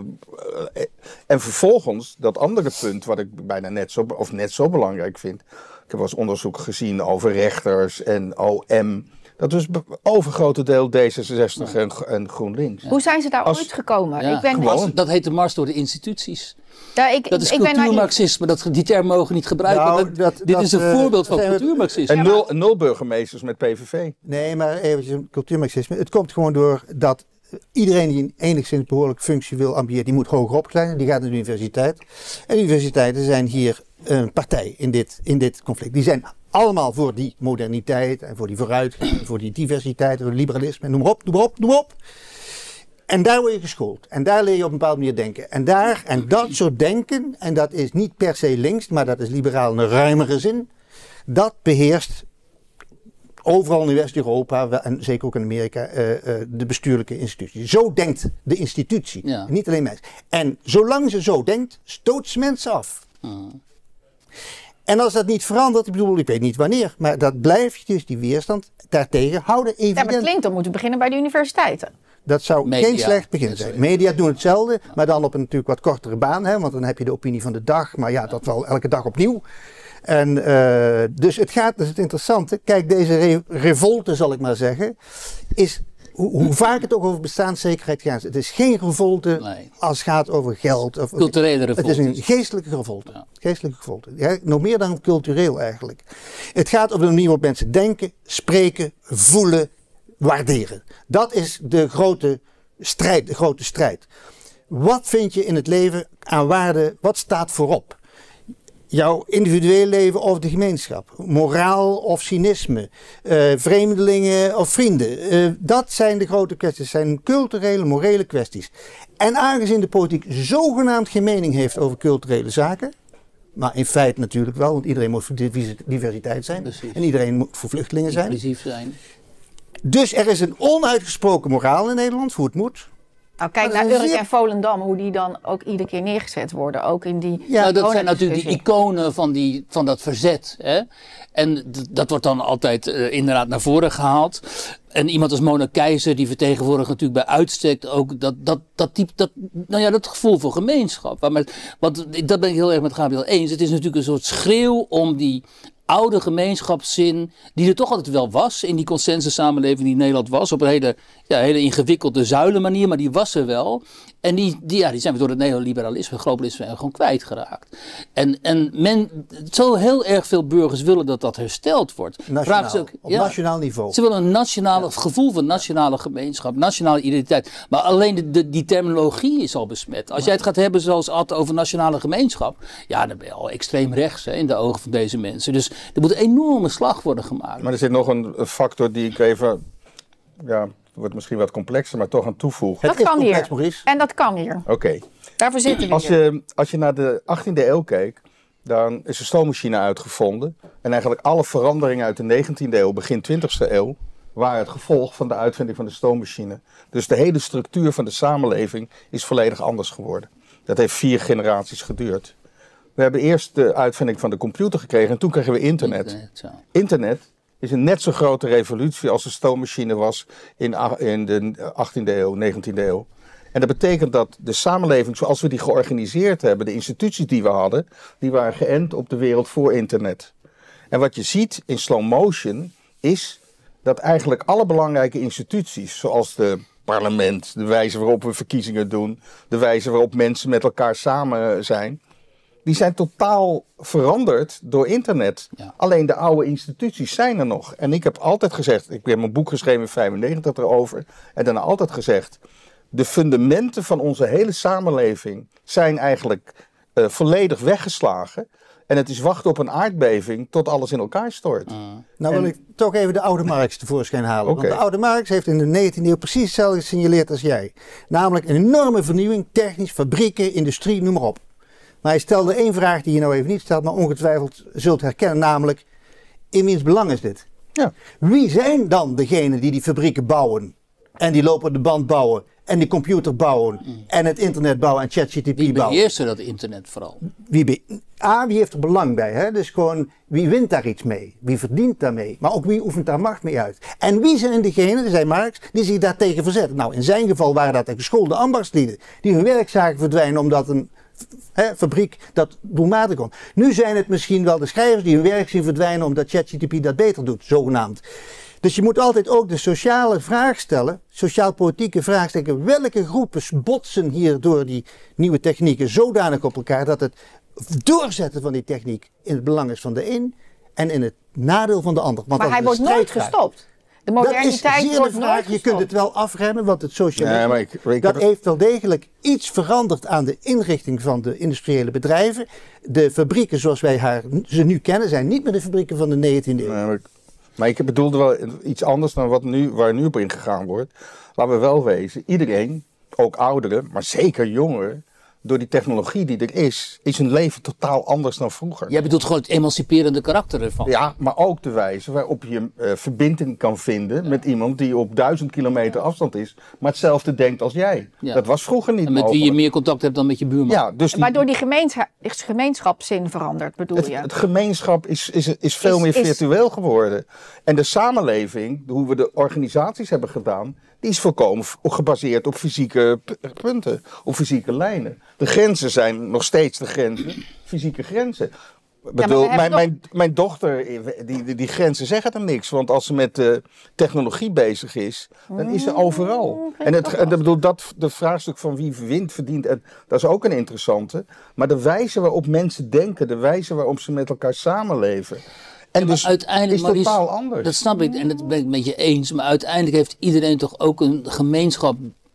En vervolgens, dat andere punt wat ik bijna net zo, of net zo belangrijk vind. Ik heb wel eens onderzoek gezien over rechters en O M. Dat is overgrote deel D zesenzestig ja. en, en GroenLinks. Hoe zijn ze daar Als, ooit gekomen? Ja, ik ben gewoon, dat heet de mars door de instituties. Ja, ik, dat is ik cultuurmarxisme, dat, die term mogen we niet gebruiken. Nou, dat, dat, dit dat, is een uh, voorbeeld van cultuurmarxisme. En nul, nul burgemeesters met P V V. Nee, maar eventjes cultuurmarxisme. Het komt gewoon door dat iedereen die een enigszins behoorlijke functie wil ambiëren, die moet hoger opgeleid, die gaat naar de universiteit. En universiteiten zijn hier een partij in dit, in dit conflict. Die zijn allemaal voor die moderniteit en voor die vooruitgang, voor die diversiteit, voor het liberalisme. Noem maar op, noem maar op, noem maar op. En daar word je geschoold. En daar leer je op een bepaalde manier denken. En, daar, en dat soort denken, en dat is niet per se links, maar dat is liberaal in een ruimere zin, dat beheerst overal in West-Europa en zeker ook in Amerika uh, uh, de bestuurlijke institutie. Zo denkt de institutie, ja. Niet alleen mensen. En zolang ze zo denkt, stoot ze mensen af. Uh. En als dat niet verandert, ik bedoel, ik weet niet wanneer, maar dat blijft dus die weerstand daartegen houden evident. Ja, maar het klinkt dan moeten beginnen bij de universiteiten. Dat zou Media. geen slecht begin zijn. Media doen hetzelfde, maar dan op een natuurlijk wat kortere baan, hè, want dan heb je de opinie van de dag, maar ja, dat wel elke dag opnieuw. En uh, dus het gaat, dat is het interessante. Kijk, deze re revolte, zal ik maar zeggen, is hoe, hoe vaak het ook over bestaanszekerheid gaat, het is geen revolte nee. als het gaat over geld. Of, culturele revolte. Het is een geestelijke revolte. Ja. Geestelijke revolte. Ja, nog meer dan cultureel eigenlijk. Het gaat over de manier waarop mensen denken, spreken, voelen, waarderen. Dat is de grote strijd, de grote strijd. Wat vind je in het leven aan waarde, wat staat voorop? Jouw individueel leven of de gemeenschap, moraal of cynisme, uh, vreemdelingen of vrienden. Uh, dat zijn de grote kwesties, dat zijn culturele, morele kwesties. En aangezien de politiek zogenaamd geen mening heeft over culturele zaken, maar in feite natuurlijk wel, want iedereen moet voor diversiteit zijn. Precies. En iedereen moet voor vluchtelingen zijn. Inclusief zijn. Dus er is een onuitgesproken moraal in Nederland, hoe het moet. Nou, kijk naar Urk en Volendam, hoe die dan ook iedere keer neergezet worden. Ook in die ja, nou, dat zijn natuurlijk die iconen van, die, van dat verzet. Hè? En d- dat wordt dan altijd uh, inderdaad naar voren gehaald. En iemand als Mona Keizer, die vertegenwoordigt natuurlijk bij uitstek ook dat, dat, dat, type, dat, nou ja, dat gevoel voor gemeenschap. Maar, want dat ben ik heel erg met Gabriel eens. Het is natuurlijk een soort schreeuw om die oude gemeenschapszin, die er toch altijd wel was in die consensussamenleving die in Nederland was, op een hele, ja, hele ingewikkelde zuilenmanier, maar die was er wel. En die, die, ja, die zijn we door het neoliberalisme, globalisme gewoon kwijtgeraakt. En, en men, zo heel erg veel burgers willen dat dat hersteld wordt. Nationaal, ze ook, op ja, nationaal niveau. Ze willen een nationale, ja. gevoel van nationale gemeenschap, nationale identiteit. Maar alleen de, de, die terminologie is al besmet. Als jij het gaat hebben zoals Ad over nationale gemeenschap, ja, dan ben je al extreem rechts hè, in de ogen van deze mensen. Dus er moet een enorme slag worden gemaakt. Maar er zit nog een, een factor die ik even, ja, wordt misschien wat complexer, maar toch aan toevoeg. Dat kan hier. Maurice. En dat kan hier. Oké. Okay. Daarvoor zitten we als hier. Je, als je naar de achttiende eeuw keek, dan is de stoommachine uitgevonden. En eigenlijk alle veranderingen uit de negentiende eeuw, begin twintigste eeuw, waren het gevolg van de uitvinding van de stoommachine. Dus de hele structuur van de samenleving is volledig anders geworden. Dat heeft vier generaties geduurd. We hebben eerst de uitvinding van de computer gekregen en toen kregen we internet. Internet, ja. Internet is een net zo grote revolutie als de stoommachine was in, in de achttiende eeuw, negentiende eeuw. En dat betekent dat de samenleving zoals we die georganiseerd hebben, de instituties die we hadden, die waren geënt op de wereld voor internet. En wat je ziet in slow motion is dat eigenlijk alle belangrijke instituties, zoals de parlement, de wijze waarop we verkiezingen doen, de wijze waarop mensen met elkaar samen zijn, die zijn totaal veranderd door internet. Ja. Alleen de oude instituties zijn er nog. En ik heb altijd gezegd, ik heb mijn boek geschreven in vijfennegentig erover, en daarna altijd gezegd, de fundamenten van onze hele samenleving zijn eigenlijk uh, volledig weggeslagen. En het is wachten op een aardbeving tot alles in elkaar stort. Uh. Nou wil en... ik toch even de oude Marx tevoorschijn halen. Okay. Want de oude Marx heeft in de negentiende eeuw precies hetzelfde gesignaleerd als jij. Namelijk een enorme vernieuwing, technisch, fabrieken, industrie, noem maar op. Maar hij stelde één vraag die je nou even niet stelt, maar ongetwijfeld zult herkennen. Namelijk, in wiens belang is dit? Ja. Wie zijn dan degenen die die fabrieken bouwen? En die lopende band bouwen? En die computer bouwen? Mm. En het internet bouwen en ChatGPT bouwen? Wie beheerst dat internet vooral? Wie be- A, wie heeft er belang bij? Hè? Dus gewoon, wie wint daar iets mee? Wie verdient daarmee? Maar ook wie oefent daar macht mee uit? En wie zijn degenen, zei Marx, die zich daartegen verzetten? Nou, in zijn geval waren dat de geschoolde ambachtslieden. Die hun werk zagen verdwijnen omdat een He, fabriek dat doelmatig komt. Nu zijn het misschien wel de schrijvers die hun werk zien verdwijnen omdat ChatGPT dat beter doet, zogenaamd. Dus je moet altijd ook de sociale vraag stellen, sociaal-politieke vraag stellen. Welke groepen botsen hier door die nieuwe technieken zodanig op elkaar dat het doorzetten van die techniek in het belang is van de een en in het nadeel van de ander. Want maar hij wordt nooit gestopt. De moderniteit dat is zeer wordt de vraag. nooit Je kunt het wel afremmen, want het socialisme, ja, maar ik, ik dat heb... heeft wel degelijk iets veranderd aan de inrichting van de industriële bedrijven. De fabrieken zoals wij haar, ze nu kennen zijn niet meer de fabrieken van de negentiende eeuw. Ja, maar, ik, maar ik bedoelde wel iets anders dan wat nu, waar nu op ingegaan wordt. Laten we wel wezen, iedereen, ook ouderen, maar zeker jongeren, door die technologie die er is, is hun leven totaal anders dan vroeger. Jij bedoelt gewoon het emanciperende karakter ervan. Ja, maar ook de wijze waarop je uh, verbinding kan vinden ja. met iemand die op duizend kilometer afstand is, maar hetzelfde denkt als jij. Ja. Dat was vroeger niet mogelijk. En met mogelijk. Wie je meer contact hebt dan met je buurman. Ja, dus die... Waardoor die gemeenschap, gemeenschapszin verandert, bedoel het, je? Het gemeenschap is, is, is veel is, meer virtueel is... geworden. En de samenleving, hoe we de organisaties hebben gedaan, die is volkomen gebaseerd op fysieke punten, op fysieke lijnen. De grenzen zijn nog steeds de grenzen, fysieke grenzen. bedoel, ja, mijn, nog... mijn, mijn dochter, die, die, die grenzen zeggen er niks. Want als ze met uh, technologie bezig is, dan is ze overal. Mm, en het, en de, bedoel, dat de vraagstuk van wie wint, verdient, en dat is ook een interessante. Maar de wijze waarop mensen denken, de wijze waarop ze met elkaar samenleven. En ja, dus uiteindelijk is Maurice, totaal anders. Dat snap ik en dat ben ik met je eens. Maar uiteindelijk heeft iedereen toch ook een gemeenschap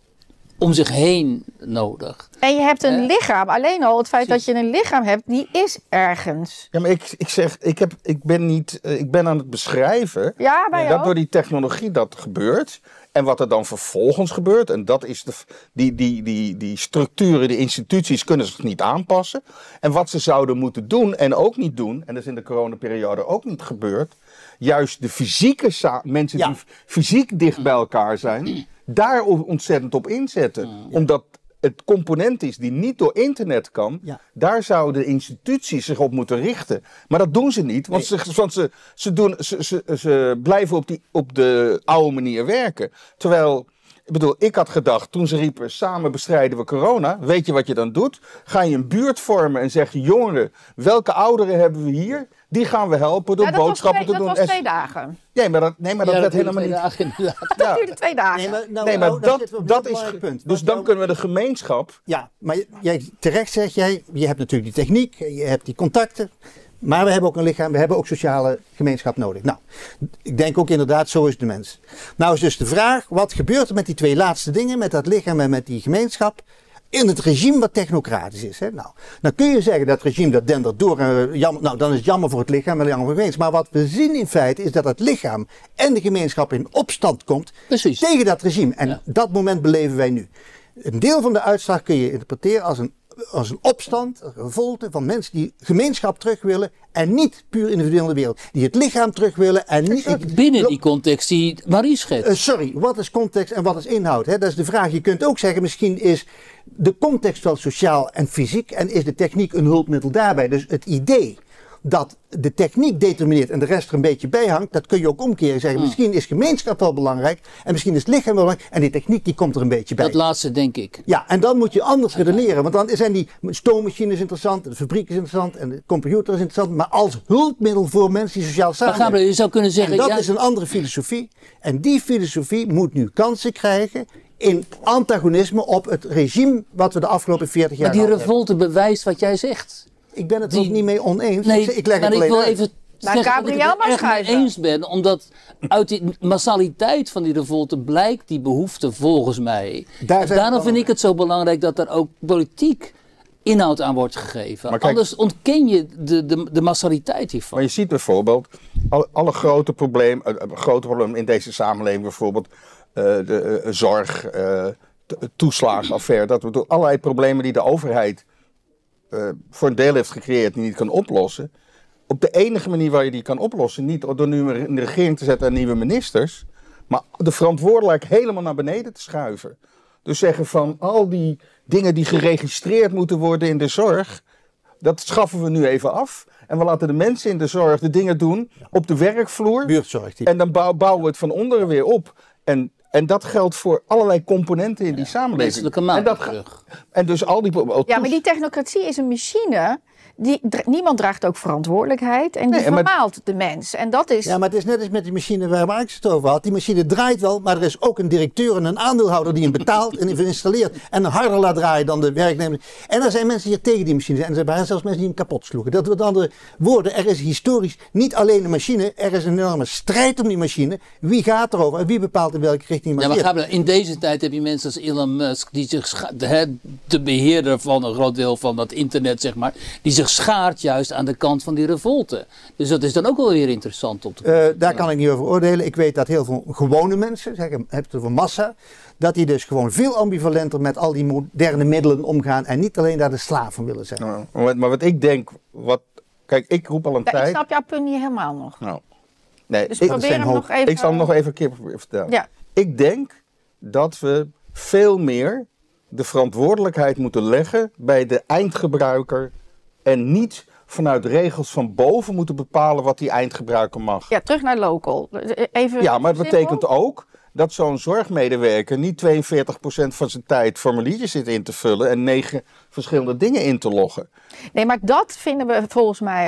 om zich heen nodig. En je hebt een eh? lichaam. Alleen al het feit Precies. dat je een lichaam hebt, die is ergens. Ja, maar ik, ik zeg, ik, heb, ik, ben niet, uh, ik ben aan het beschrijven ja, bij dat ook. door die technologie dat gebeurt. En wat er dan vervolgens gebeurt. En dat is de, die, die, die, die structuren, die instituties kunnen zich niet aanpassen. En wat ze zouden moeten doen en ook niet doen. En dat is in de coronaperiode ook niet gebeurd. Juist de fysieke sa- mensen ja. die fysiek dicht bij elkaar zijn, daar ontzettend op inzetten. Ja. Omdat het component is die niet door internet kan. Ja. Daar zouden de instituties zich op moeten richten. Maar dat doen ze niet. Want, nee. ze, want ze, ze, doen, ze, ze, ze blijven op, die, op de oude manier werken. Terwijl, ik bedoel, ik had gedacht toen ze riepen samen bestrijden we corona. Weet je wat je dan doet? Ga je een buurt vormen en zeg je jongeren, welke ouderen hebben we hier? Die gaan we helpen door ja, boodschappen twee, te doen. Dat was twee dagen. Nee, maar dat, nee, maar dat ja, werd dat helemaal niet. Dagen, ja. Dat duurde twee dagen. Nee, maar, nou, nee, maar nou, dat, dat, dat is. Punt. Dus dan nou, kunnen we de gemeenschap. Ja, maar jij, terecht zeg jij, je hebt natuurlijk die techniek, je hebt die contacten. Maar we hebben ook een lichaam, we hebben ook sociale gemeenschap nodig. Nou, ik denk ook inderdaad, zo is de mens. Nou is dus de vraag, wat gebeurt er met die twee laatste dingen, met dat lichaam en met die gemeenschap? In het regime wat technocratisch is. Hè? Nou, dan kun je zeggen dat regime dat dendert door. En jammer, nou, dan is het jammer voor het lichaam en jammer voor de gemeenschap. Maar wat we zien in feite is dat het lichaam en de gemeenschap in opstand komt Precies. tegen dat regime. En ja. dat moment beleven wij nu. Een deel van de uitslag kun je interpreteren als een, als een opstand, een revolte van mensen die gemeenschap terug willen. En niet puur individueel in de wereld. Die het lichaam terug willen en niet... Binnen die context die Marie schetst. Uh, sorry, wat is context en wat is inhoud? Hè? Dat is de vraag. Je kunt ook zeggen, misschien is de context wel sociaal en fysiek. En is de techniek een hulpmiddel daarbij. Dus het idee dat de techniek determineert en de rest er een beetje bij hangt. Dat kun je ook omkeren zeggen. Hmm. Misschien is gemeenschap wel belangrijk. En misschien is het lichaam wel belangrijk. En die techniek die komt er een beetje bij. Dat laatste denk ik. Ja, en dan moet je anders redeneren. Want dan zijn die stoommachines interessant. De fabriek is interessant. En de computer is interessant. Maar als hulpmiddel voor mensen die sociaal samenleven. Maar je zou kunnen zeggen, en dat ja, is een andere filosofie. En die filosofie moet nu kansen krijgen in antagonisme op het regime wat we de afgelopen veertig jaar hebben. Maar die revolte bewijst wat jij zegt. Ik ben het er die... ook niet mee oneens. Nee, ik leg maar het alleen ik wil uit. even nou, zeggen Gabriel dat ik het maar echt mee eens ben. Omdat uit die massaliteit van die revolte blijkt die behoefte volgens mij. Daar daarom vind ik het zo belangrijk dat er ook politiek inhoud aan wordt gegeven. Kijk, anders ontken je de, de, de massaliteit hiervan. Maar je ziet bijvoorbeeld alle, alle grote problemen, uh, grote problemen in deze samenleving, bijvoorbeeld uh, de uh, zorg, uh, toeslagenaffaire, dat we allerlei problemen die de overheid uh, voor een deel heeft gecreëerd die niet kan oplossen. Op de enige manier waar je die kan oplossen, niet door nu in de regering te zetten en nieuwe ministers, maar de verantwoordelijkheid helemaal naar beneden te schuiven. Dus zeggen van al die dingen die geregistreerd moeten worden in de zorg, dat schaffen we nu even af. En we laten de mensen in de zorg de dingen doen op de werkvloer. Buurtzorg. Die... En dan bouw, bouwen we het van onderen weer op. En, en dat geldt voor allerlei componenten in die ja, samenleving. En, dat, en dus al die... Oh, ja, maar die technocratie is een machine. Die, dra- niemand draagt ook verantwoordelijkheid en die nee, vermaalt de mens. En dat is... Ja, maar het is net als met die machine waar Marx het over had. Die machine draait wel, maar er is ook een directeur en een aandeelhouder die hem betaalt en hem installeert. En harder laat draaien dan de werknemer. En er zijn mensen die tegen die machine zijn. En er zijn zelfs mensen die hem kapot sloegen. Dat met andere woorden, er is historisch niet alleen een machine. Er is een enorme strijd om die machine. Wie gaat erover en wie bepaalt in welke richting die machine? Ja, maar in deze tijd heb je mensen als Elon Musk, die zich scha- de, de beheerder van een groot deel van dat internet, zeg maar, die zich schaart juist aan de kant van die revolte. Dus dat is dan ook wel weer interessant op te uh, Daar kan ik niet over oordelen. Ik weet dat heel veel gewone mensen, zeg, heb het over massa, dat die dus gewoon veel ambivalenter met al die moderne middelen omgaan en niet alleen daar de slaaf van willen zijn. Nou, maar, maar wat ik denk, wat, kijk, ik roep al een ja, tijd... Ik snap jouw punt niet helemaal nog. Nou, nee, dus ik, probeer hem nog even... Ik zal hem nog even een keer vertellen. Ja. Ik denk dat we veel meer de verantwoordelijkheid moeten leggen bij de eindgebruiker en niet vanuit regels van boven moeten bepalen wat die eindgebruiker mag. Ja, terug naar local. Even ja, maar het betekent ook dat zo'n zorgmedewerker niet tweeënveertig procent van zijn tijd formuliertjes zit in te vullen en negen verschillende dingen in te loggen. Nee, maar dat vinden we volgens mij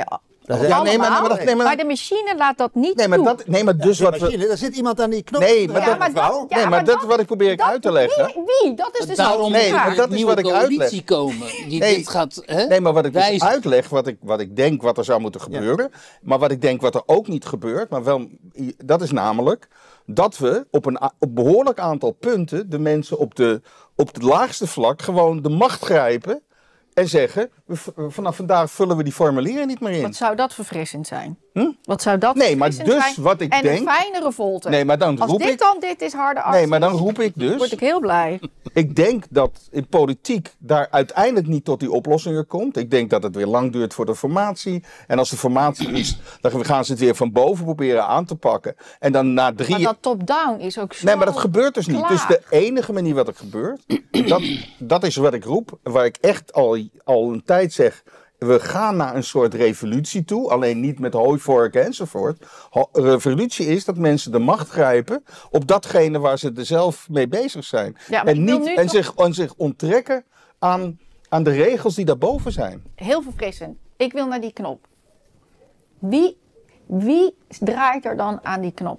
Dat Ja, nee, maar, nee, maar, dat, nee, maar, maar de machine laat dat niet nee, maar toe. dat, nee, maar dus Ja, wat machine, we... er zit iemand aan die knop. Nee, maar Ja, dat, maar dat- nee, ja, maar maar dat dat- wat ik probeer Dat- uit te leggen. Wie? wie? Dat is dus Daarom al moet Nee, er maar een dat is nieuwe wat ik coalitie uitleg. komen. Die Nee. dit gaat, hè, Nee, maar wat ik dus wijzigen. uitleg, wat ik, wat ik denk wat er zou moeten gebeuren. Maar wat ik denk wat er ook niet gebeurt. Maar wel, dat is namelijk dat we op een a- op behoorlijk aantal punten de mensen op, de, op het laagste vlak gewoon de macht grijpen. En zeggen, we v- vanaf vandaag vullen we die formulieren niet meer in. Wat zou dat verfrissend zijn? Hm? Wat zou dat Nee, maar verfrissend dus zijn? wat ik en denk- een fijnere volte. Nee, maar dan Als roep dit ik... dan dit is harde actie, Nee, maar dan roep ik dus... word ik heel blij. Ik denk dat in politiek daar uiteindelijk niet tot die oplossingen komt. Ik denk dat het weer lang duurt voor de formatie. En als de formatie is, dan gaan ze het weer van boven proberen aan te pakken. En dan na drie... Maar dat top-down is ook zo Nee, maar dat gebeurt dus niet. klaar. Dus de enige manier wat er gebeurt, dat, dat is wat ik roep. Waar ik echt al, al een tijd zeg, we gaan naar een soort revolutie toe. Alleen niet met hooivorken enzovoort. Ho- revolutie is dat mensen de macht grijpen op datgene waar ze er zelf mee bezig zijn. Ja, maar en ik wil niet, nu en, toch- zich, en zich onttrekken aan, aan de regels die daarboven zijn. Heel verfrissend. Ik wil naar die knop. Wie, wie draait er dan aan die knop?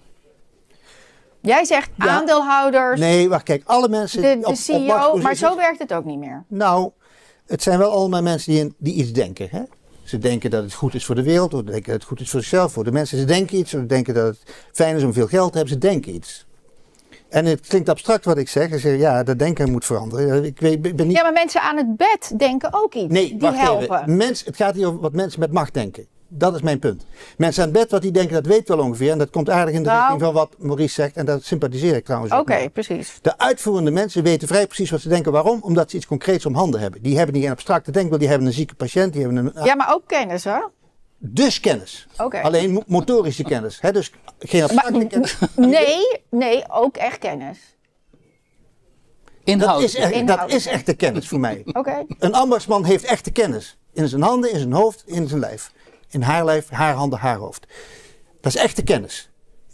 Jij zegt Ja. aandeelhouders, Nee, wacht, kijk, alle mensen de, op, de op C E O, machtsposities- maar zo werkt het ook niet meer. Nou, het zijn wel allemaal mensen die, die iets denken. Hè? Ze denken dat het goed is voor de wereld, of ze denken dat het goed is voor zichzelf. Voor de mensen, ze denken iets, of ze denken dat het fijn is om veel geld te hebben, ze denken iets. En het klinkt abstract wat ik zeg. Ze zeggen, ja, dat denken moet veranderen. Ik, weet, ik ben niet... Ja, maar mensen aan het bed denken ook iets. Nee, die wacht helpen. even. Mens, het gaat hier over wat mensen met macht denken. Dat is mijn punt. Mensen aan het bed, wat die denken, dat weet wel ongeveer. En dat komt aardig in de Nou. richting van wat Maurice zegt. En daar sympathiseer ik trouwens ook Oké, mee. precies. De uitvoerende mensen weten vrij precies wat ze denken. Waarom? Omdat ze iets concreets om handen hebben. Die hebben niet een abstracte denkbeeld, die hebben een zieke patiënt. Die hebben een, Ja, maar ook kennis, hè? Dus kennis. Oké. Alleen mo- motorische kennis. Hè? Dus geen abstracte Maar, kennis. nee, nee, ook echt kennis. Dat Inhoud. is, echt, dat Inhoud. is echte kennis voor mij. Oké. Een ambachtsman heeft echte kennis. In zijn handen, in zijn hoofd, in zijn lijf. In haar lijf, haar handen, haar hoofd. Dat is echte kennis.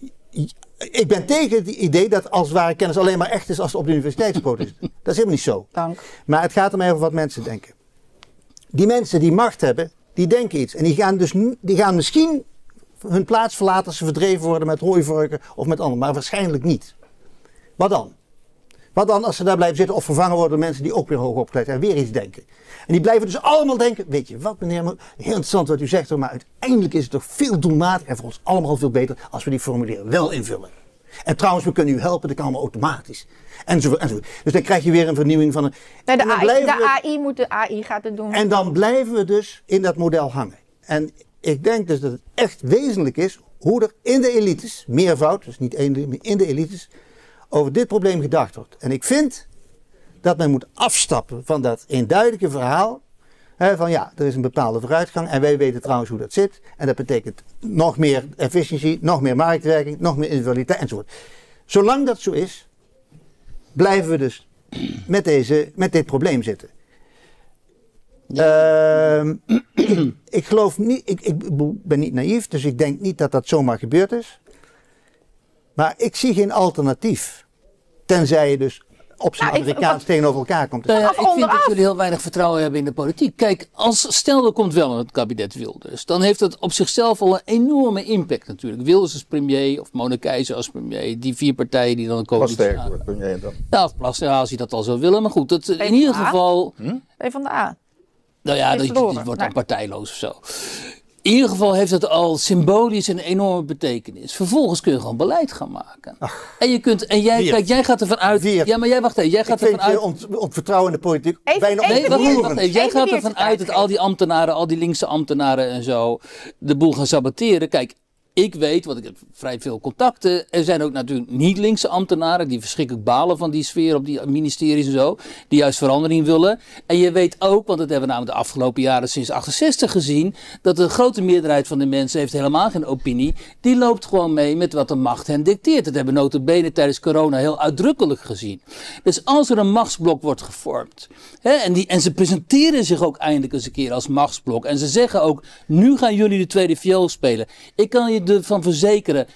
Ik ben tegen het idee dat als ware kennis alleen maar echt is als het op de universiteitspoort is. Dat is helemaal niet zo. Dank. Maar het gaat er mij over wat mensen denken. Die mensen die macht hebben, die denken iets. En die gaan, dus, n- die gaan misschien hun plaats verlaten als ze verdreven worden met hooivorken of met anderen. Maar waarschijnlijk niet. Wat dan? Wat dan als ze daar blijven zitten of vervangen worden door mensen die ook weer hoog opgeleid zijn en weer iets denken. En die blijven dus allemaal denken, weet je wat meneer, heel interessant wat u zegt, hoor, maar uiteindelijk is het toch veel doelmatiger en voor ons allemaal veel beter als we die formulieren wel invullen. En trouwens, we kunnen u helpen, dat kan allemaal automatisch. Enzovoort, enzovoort. Dus dan krijg je weer een vernieuwing van een... Nee, de, en dan A I, blijven de we- A I moet de A I gaat het doen. en dan blijven we dus in dat model hangen. En ik denk dus dat het echt wezenlijk is hoe er in de elites, meervoud, dus niet één, maar in de elites, over dit probleem gedacht wordt. En ik vind dat men moet afstappen van dat eenduidige verhaal. Hè, van ja, er is een bepaalde vooruitgang en wij weten trouwens hoe dat zit. En dat betekent nog meer efficiëntie, nog meer marktwerking, nog meer individualiteit enzovoort. Zolang dat zo is, blijven we dus met, deze, met dit probleem zitten. Ehm, ik, ik geloof niet, ik, ik ben niet naïef, dus ik denk niet dat dat zomaar gebeurd is. Maar ik zie geen alternatief. Tenzij je dus op zijn Nou, ik- Amerikaans wat- tegenover elkaar komt. Nou ja, Af ik vind onderaf. dat jullie heel weinig vertrouwen hebben in de politiek. Kijk, als stel er komt wel een kabinet Wilders, dan heeft dat op zichzelf al een enorme impact natuurlijk. Wilders als premier of Mona Keizer als premier, die vier partijen die dan een Wat coalitie sterk aan. wordt, ben jij dan? Ja, of Plas, ja, als je dat al zou willen. Maar goed, dat, in Even ieder A. geval, Een van de A. nou ja, Is dat, verloren. dat wordt Nee. dan partijloos of zo. In ieder geval heeft het al symbolisch een enorme betekenis. Vervolgens kun je gewoon beleid gaan maken. En je kunt, en jij, Vier. kijk, jij gaat ervan uit. Vier. Ja, maar jij wacht even. Jij Ik gaat vind ervan uit. je ont, ontvertrouwen in de politiek Even- bijna even Nee, wacht even, Even wacht even. Jij Even gaat weer ervan zijn uit dat tijd al die ambtenaren, al die linkse ambtenaren en zo, de boel gaan saboteren. Kijk, ik weet, want ik heb vrij veel contacten. Er zijn ook natuurlijk niet linkse ambtenaren die verschrikkelijk balen van die sfeer op die ministeries en zo. Die juist verandering willen. En je weet ook, want dat hebben we namelijk de afgelopen jaren sinds achtenzestig gezien, dat de grote meerderheid van de mensen heeft helemaal geen opinie. Die loopt gewoon mee met wat de macht hen dicteert. Dat hebben we nota bene tijdens corona heel uitdrukkelijk gezien. Dus als er een machtsblok wordt gevormd, hè, en, die, en ze presenteren zich ook eindelijk eens een keer als machtsblok. En ze zeggen ook, nu gaan jullie de tweede viool spelen. Ik kan je ervan verzekeren,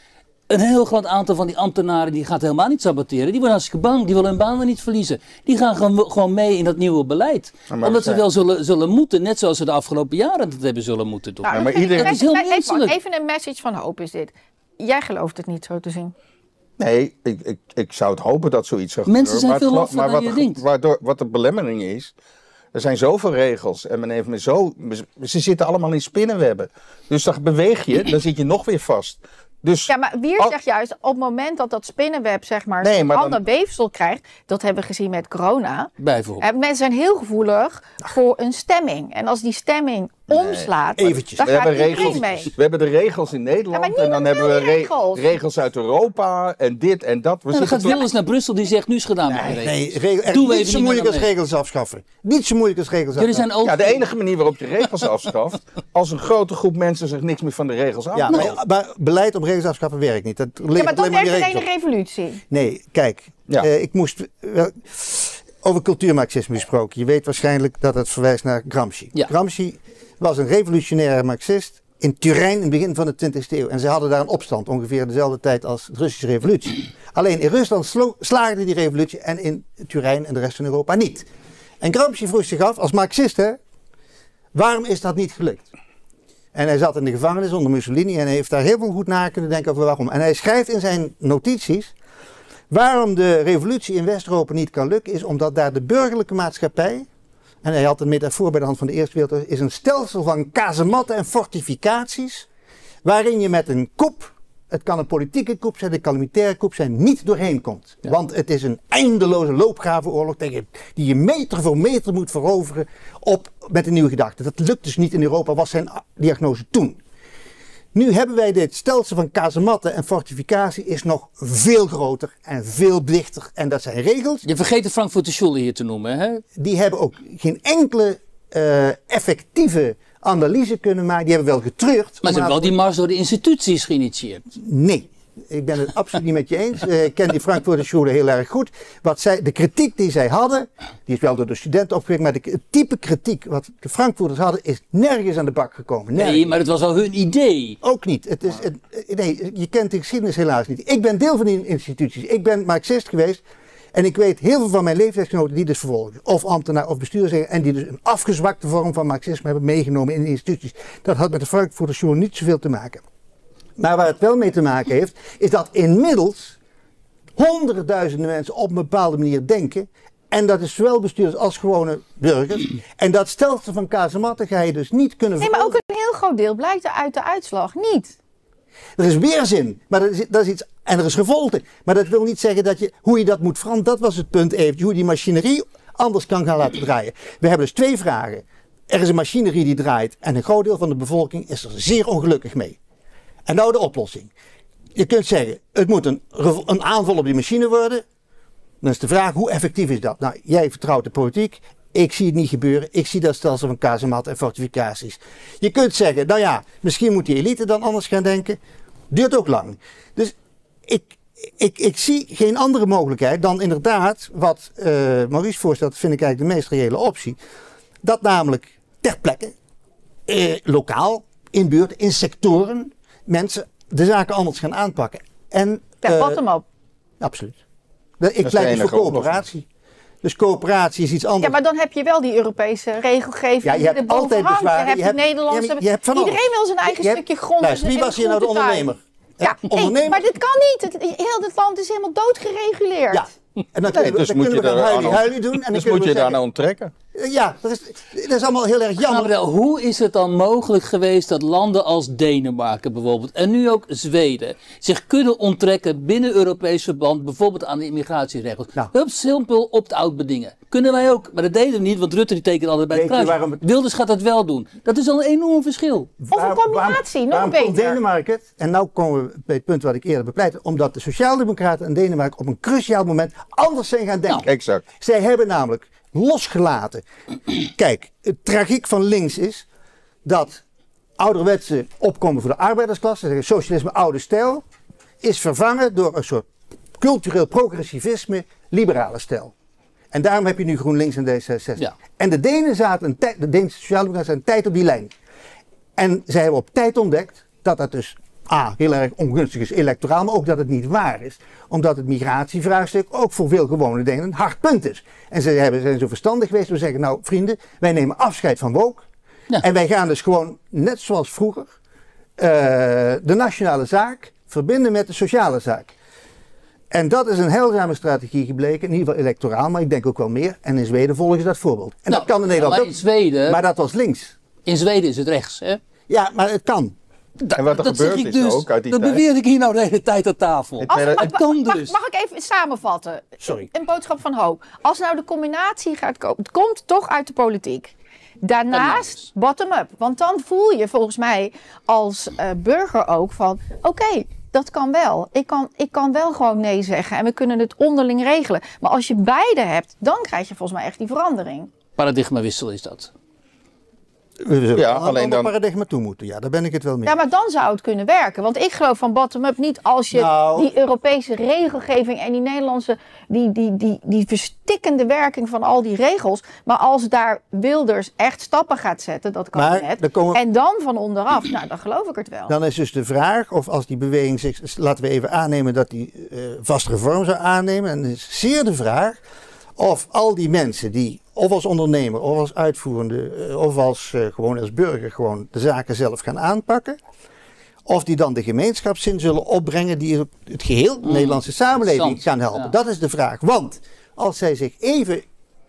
Een heel groot aantal van die ambtenaren die gaat helemaal niet saboteren. Die worden hartstikke bang, die willen hun banen niet verliezen. Die gaan gewoon, gewoon mee in dat nieuwe beleid. Maar Omdat ze zijn... wel zullen, zullen moeten, net zoals ze de afgelopen jaren dat hebben zullen moeten doen. Nou, ja, maar dat iedereen... dat is heel even, menselijk. even een message van hoop is dit. Jij gelooft het niet zo te zien. Nee, ik, ik, ik zou het hopen dat zoiets zou Mensen zijn gebeuren. veel Maar het- laffer maar dan wat je de- denkt. Waardoor, wat de belemmering is, er zijn zoveel regels en men heeft me zo, ze zitten allemaal in spinnenwebben. Dus dan beweeg je, dan zit je nog weer vast. Dus, Ja, maar Wier al- zegt juist, op het moment dat dat spinnenweb zeg maar Nee, een maar dan- ander weefsel krijgt, dat hebben we gezien met corona. Bijvoorbeeld. En mensen zijn heel gevoelig voor een stemming. En als die stemming omslaat, eventjes. dan we gaat hebben, iedereen regels, mee. we hebben de regels in Nederland Ja, maar en dan niemand hebben we wil die re- regels. regels uit Europa en dit en dat. We En dan zitten gaat toch- Wilders naar Brussel, die zegt nu is gedaan met de Nee, regels. nee regel, er Doen is we niet even zo niet moeilijk meer als aan mee. regels afschaffen. Niet zo moeilijk als regels Jullie afschaffen. zijn ook... Ja, de enige manier waarop je regels afschaft, als een grote groep mensen zich niks meer van de regels af. Ja, Nou, maar, maar beleid om regels afschaffen werkt niet. Dat Ja, levert maar dan alleen maar werkt meer alleen regels een op. revolutie. Nee, kijk. Ja. eh, ik moest... wel- over cultuurmarxisme gesproken. Je weet waarschijnlijk dat het verwijst naar Gramsci. Ja. Gramsci was een revolutionaire marxist in Turijn in het begin van de twintigste eeuw. En ze hadden daar een opstand, ongeveer dezelfde tijd als de Russische revolutie. Alleen in Rusland slo- slaagde die revolutie en in Turijn en de rest van Europa niet. En Gramsci vroeg zich af, als marxist hè, waarom is dat niet gelukt? En hij zat in de gevangenis onder Mussolini en hij heeft daar heel veel goed na kunnen denken over waarom. En hij schrijft in zijn notities, waarom de revolutie in West-Europa niet kan lukken, is omdat daar de burgerlijke maatschappij, en hij had een metafoor bij de hand van de Eerste Wereldoorlog, is een stelsel van kazematten en fortificaties, waarin je met een koep, het kan een politieke koep zijn, het kan een militaire koep zijn, niet doorheen komt. Ja. Want het is een eindeloze loopgravenoorlog tegen, die je meter voor meter moet veroveren op, met een nieuwe gedachte. Dat lukt dus niet in Europa, was zijn diagnose toen. Nu hebben wij dit stelsel van kazematten en fortificatie is nog veel groter en veel dichter. En dat zijn regels, Je vergeet de Frankfurter Schule hier te noemen, hè? die hebben ook geen enkele uh, effectieve analyse kunnen maken. Die hebben wel getreurd. Maar ze hebben wel die mars door de instituties geïnitieerd. Nee. Ik ben het absoluut niet met je eens. Uh, ik ken die Frankfurter Schule heel erg goed. Wat zij, de kritiek die zij hadden, die is wel door de studenten opgewekt, maar de, het type kritiek wat de Frankfurters hadden, is nergens aan de bak gekomen. Nergens. Nee, maar het was wel hun idee. Ook niet. Het is, het, nee, je kent de geschiedenis helaas niet. Ik ben deel van die instituties. Ik ben marxist geweest. En ik weet heel veel van mijn leeftijdsgenoten die dus vervolgen. Of ambtenaar of bestuurder zijn. En die dus een afgezwakte vorm van marxisme hebben meegenomen in de instituties. Dat had met de Frankfurter Schule niet zoveel te maken. Maar waar het wel mee te maken heeft, is dat inmiddels honderdduizenden mensen op een bepaalde manier denken. En dat is zowel bestuurders als gewone burgers. En dat stelsel van kazematten ga je dus niet kunnen Nee, maar ook een heel groot deel blijkt er uit de uitslag niet. Er is weerzin, maar dat is, dat is iets, en er is gevolte. Maar dat wil niet zeggen dat je, hoe je dat moet veranderen. Dat was het punt even, hoe je die machinerie anders kan gaan laten draaien. We hebben dus twee vragen. Er is een machinerie die draait en een groot deel van de bevolking is er zeer ongelukkig mee. En nou de oplossing. Je kunt zeggen, het moet een, een aanval op die machine worden. Dan is de vraag, hoe effectief is dat? Nou, jij vertrouwt de politiek. Ik zie het niet gebeuren. Ik zie dat stelsel van kazematten en fortificaties. Je kunt zeggen, nou ja, misschien moet die elite dan anders gaan denken. Duurt ook lang. Dus ik, ik, ik zie geen andere mogelijkheid dan inderdaad wat uh, Maurice voorstelt, vind ik eigenlijk de meest reële optie. Dat namelijk ter plekke, eh, lokaal, in buurt, in sectoren, mensen de zaken anders gaan aanpakken. En, Per uh, bottom-up. Absoluut. Ik is de pleit dus voor enige coöperatie. Dus coöperatie is iets anders. Ja, maar dan heb je wel die Europese regelgeving Ja, je die hebt erboven altijd hangt. bezwaren. Je hebt Je de hebt- Nederlandse... je hebt- je hebt van Iedereen alles. wil zijn eigen Je hebt- stukje grond. Luister, wie en was hier nou de groentetuin. ondernemer? Ja, Ja, nee, ondernemer. maar dit kan niet. Het, heel dit land is helemaal doodgereguleerd. Ja. En dan kunnen we, dus dan moet kunnen je we gaan daar huilie aan- huilie doen. En dan Dus kunnen moet we je daar zeggen, nou onttrekken? ja, dat is, dat is allemaal heel erg jammer. Gabriel, hoe is het dan mogelijk geweest dat landen als Denemarken bijvoorbeeld en nu ook Zweden zich kunnen onttrekken binnen Europees verband, bijvoorbeeld aan de immigratieregels? Nou. Heel simpel opt-out bedingen. Kunnen wij ook, maar dat deden we niet, want Rutte die tekent altijd bij het Weet je kruis. waarom het- Wilders gaat dat wel doen. Dat is al een enorm verschil. Of een combinatie, nog waarom komt beter. Denemarken het? En nu komen we bij het punt wat ik eerder bepleitte. Omdat de Sociaaldemocraten in Denemarken op een cruciaal moment anders zijn gaan denken. Exact. Zij hebben namelijk losgelaten. Kijk, het tragiek van links is dat ouderwetse opkomen voor de arbeidersklasse, zeggen socialisme oude stijl, is vervangen door een soort cultureel progressivisme, liberale stijl. En daarom heb je nu GroenLinks en D zesenzestig. Ja. En de Denen zaten een tijd, de Deense sociaaldemocraten zaten een tijd op die lijn. En zij hebben op tijd ontdekt dat dat dus A, heel erg ongunstig is electoraal, maar ook dat het niet waar is. Omdat het migratievraagstuk ook voor veel gewone dingen een hard punt is. En ze hebben, zijn zo verstandig geweest om te zeggen, nou vrienden, wij nemen afscheid van woke. Ja. En wij gaan dus gewoon, net zoals vroeger, uh, de nationale zaak verbinden met de sociale zaak. En dat is een heilzame strategie gebleken, in ieder geval electoraal, maar ik denk ook wel meer. En in Zweden volgen ze dat voorbeeld. En nou, dat kan in Nederland ook. In Zweden, maar dat was links. In Zweden is het rechts, hè? Ja, maar het kan. En wat er dat gebeurd zeg ik is dus, ook uit die dat tijd. beweer ik hier nou de hele tijd aan tafel. Als, mag, het kan mag, dus. Mag ik even samenvatten? Sorry. Een boodschap van hoop. Als nou de combinatie gaat komen, het komt toch uit de politiek. Daarnaast bottom-up. Want dan voel je volgens mij als uh, burger ook van, oké, okay, dat kan wel. Ik kan, ik kan wel gewoon nee zeggen en we kunnen het onderling regelen. Maar als je beide hebt, dan krijg je volgens mij echt die verandering. Paradigmawissel is dat. We zullen ja, een alleen dan paradigma toe moeten. Ja, daar ben ik het wel mee. Ja, maar dan zou het kunnen werken. Want ik geloof van bottom-up niet als je nou, die Europese regelgeving en die Nederlandse, die, die, die, die verstikkende werking van al die regels. Maar als daar Wilders echt stappen gaat zetten, dat kabinet, dan komen, en dan van onderaf, nou, dan geloof ik het wel. Dan is dus de vraag of als die beweging zich, laten we even aannemen dat die uh, vaste vorm zou aannemen. En dan is zeer de vraag of al die mensen die, of als ondernemer, of als uitvoerende, of als uh, gewoon als burger gewoon de zaken zelf gaan aanpakken. Of die dan de gemeenschapszin zullen opbrengen die het geheel de mm. Nederlandse samenleving gaan helpen. Ja. Dat is de vraag. Want als zij zich even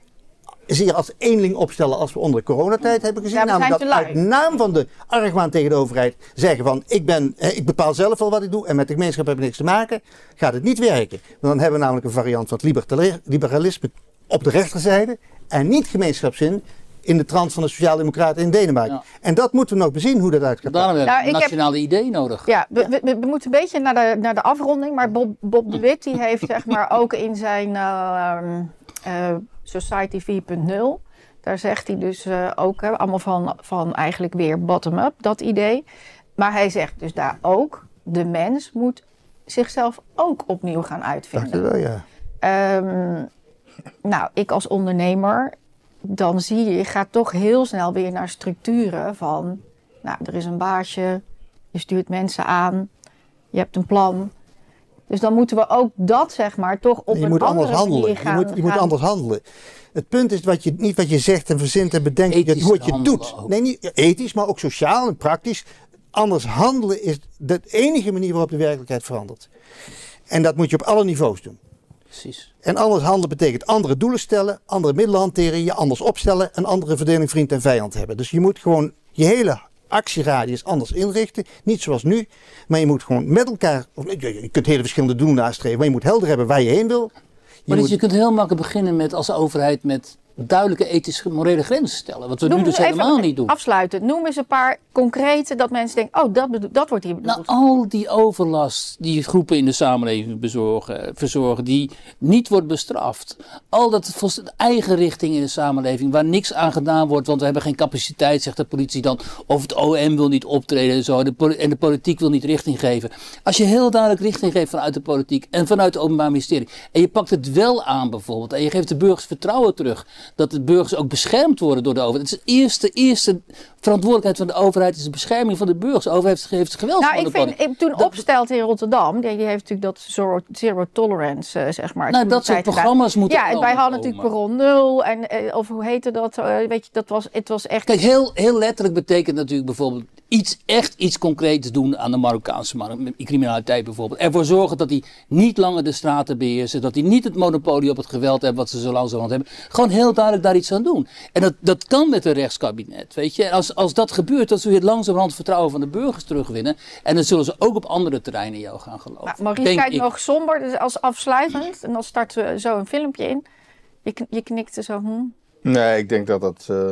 zeer als eenling opstellen als we onder de coronatijd hebben gezien. Ja, namelijk dat uit naam van de argwaan tegen de overheid zeggen van ik, ben, ik bepaal zelf wel wat ik doe en met de gemeenschap heb ik niks te maken. Gaat het niet werken. Want dan hebben we namelijk een variant van het liberalisme op de rechterzijde en niet gemeenschapszin in de trant van de Sociaaldemocraten in Denemarken. Ja. En dat moeten we nog bezien hoe dat uitgaat. Daarom hebben we nou, een nationale heb, idee nodig. Ja, we, we, we moeten een beetje naar de, naar de afronding. Maar Bob, Bob de Wit die heeft zeg maar ook in zijn uh, uh, Society vier punt nul. Daar zegt hij dus uh, ook hè, allemaal van, van eigenlijk weer bottom-up, dat idee. Maar hij zegt dus daar ook, de mens moet zichzelf ook opnieuw gaan uitvinden. Dacht je wel, ja. Um, nou, ik als ondernemer, dan zie je, je gaat toch heel snel weer naar structuren van, nou, er is een baasje, je stuurt mensen aan, je hebt een plan. Dus dan moeten we ook dat, zeg maar, toch op je een moet andere anders handelen. manier gaan. Je moet, je moet anders handelen. Het punt is wat je, niet wat je zegt en verzint en bedenkt, ethisch hoe je het doet. Ook. Nee, niet ethisch, maar ook sociaal en praktisch. Anders handelen is de enige manier waarop de werkelijkheid verandert. En dat moet je op alle niveaus doen. Precies. En anders handelen betekent andere doelen stellen, andere middelen hanteren, je anders opstellen, een andere verdeling vriend en vijand hebben. Dus je moet gewoon je hele actieradius anders inrichten. Niet zoals nu, maar je moet gewoon met elkaar, of, je kunt hele verschillende doelen nastreven, maar je moet helder hebben waar je heen wil. Je maar moet, dus je kunt heel makkelijk beginnen met als overheid met duidelijke ethische, morele grenzen stellen. Wat we Noem nu dus helemaal niet doen. Afsluiten. Noem eens een paar concrete dat mensen denken, oh, dat, dat wordt hier bedoeld. Nou, al die overlast die groepen in de samenleving bezorgen, verzorgen, die niet wordt bestraft. Al dat eigen richting in de samenleving, waar niks aan gedaan wordt, want we hebben geen capaciteit, zegt de politie dan. Of het O M wil niet optreden en zo. De, en de politiek wil niet richting geven. Als je heel duidelijk richting geeft vanuit de politiek en vanuit het Openbaar Ministerie. En je pakt het wel aan bijvoorbeeld. En je geeft de burgers vertrouwen terug. Dat de burgers ook beschermd worden door de overheid. Het is de eerste, eerste verantwoordelijkheid van de overheid is de bescherming van de burgers. De overheid heeft, heeft geweld nou, van ik de vind, ik, Toen dat, Opstelt in Rotterdam, die, die heeft natuurlijk dat zero, zero tolerance, uh, zeg maar. Nou, dat soort programma's gedaan. moeten Ja, wij hadden natuurlijk Perron nul, en, uh, of hoe heette dat? Uh, weet je, dat was, het was echt... Kijk, heel, heel letterlijk betekent natuurlijk bijvoorbeeld iets, echt iets concreets doen aan de Marokkaanse criminaliteit bijvoorbeeld. Ervoor zorgen dat die niet langer de straten beheersen, dat die niet het monopolie op het geweld hebben wat ze zo langzamerhand hebben. Gewoon heel duidelijk daar iets aan doen. En dat, dat kan met een rechtskabinet, weet je. En als, als dat gebeurt, dan zul je het langzamerhand vertrouwen van de burgers terugwinnen. En dan zullen ze ook op andere terreinen jou gaan geloven. Nou, Maurice kijkt ik... nog somber, dus als afsluitend. En dan starten we zo een filmpje in. Je, je knikte zo, hm? Nee, ik denk dat dat... Uh...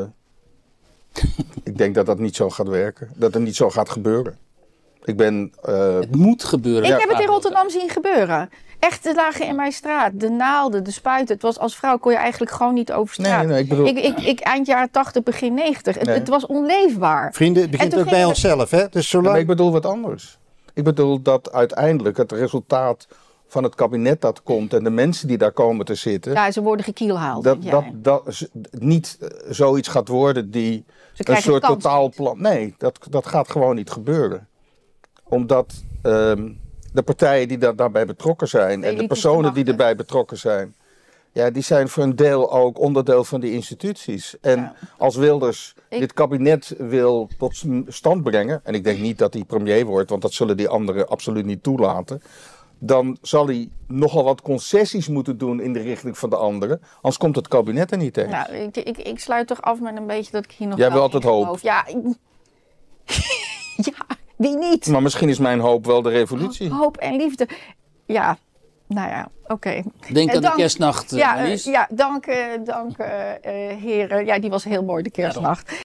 ik denk dat dat niet zo gaat werken. Dat het niet zo gaat gebeuren. Ik ben... Uh... Het moet gebeuren. Ik ja, heb het in Rotterdam zien gebeuren. Echt, er lagen in mijn straat. De naalden, de spuiten. Het was, als vrouw kon je eigenlijk gewoon niet over straat. Nee, nee, ik bedoel... ik, ik, ik, eind jaren tachtig, begin negentig. Het, nee. het was onleefbaar. Vrienden, het begint ook bij het... onszelf, hè? Dus zolang... nee, ik bedoel wat anders. Ik bedoel dat uiteindelijk het resultaat van het kabinet dat komt en de mensen die daar komen te zitten... Ja, ze worden gekielhaald. Dat, dat, dat niet zoiets gaat worden die een soort totaalplan... Nee, dat, dat gaat gewoon niet gebeuren. Omdat ehm, de partijen die da- daarbij betrokken zijn en de personen die erbij betrokken zijn, ja, die zijn voor een deel ook onderdeel van die instituties. En ja. als Wilders ik... dit kabinet wil tot stand brengen, en ik denk niet dat hij premier wordt, want dat zullen die anderen absoluut niet toelaten, dan zal hij nogal wat concessies moeten doen in de richting van de anderen. Anders komt het kabinet er niet eens. Nou, ik, ik, ik sluit toch af met een beetje dat ik hier nog Jij wel wil altijd hoop. Geloof. Ja, ja, wie niet? Maar misschien is mijn hoop wel de revolutie. Hoop en liefde. Ja, nou ja, oké. Okay. Denk aan dank, de kerstnacht, Ja, uh, ja dank, uh, dank uh, uh, heren. Ja, die was heel mooi, de kerstnacht.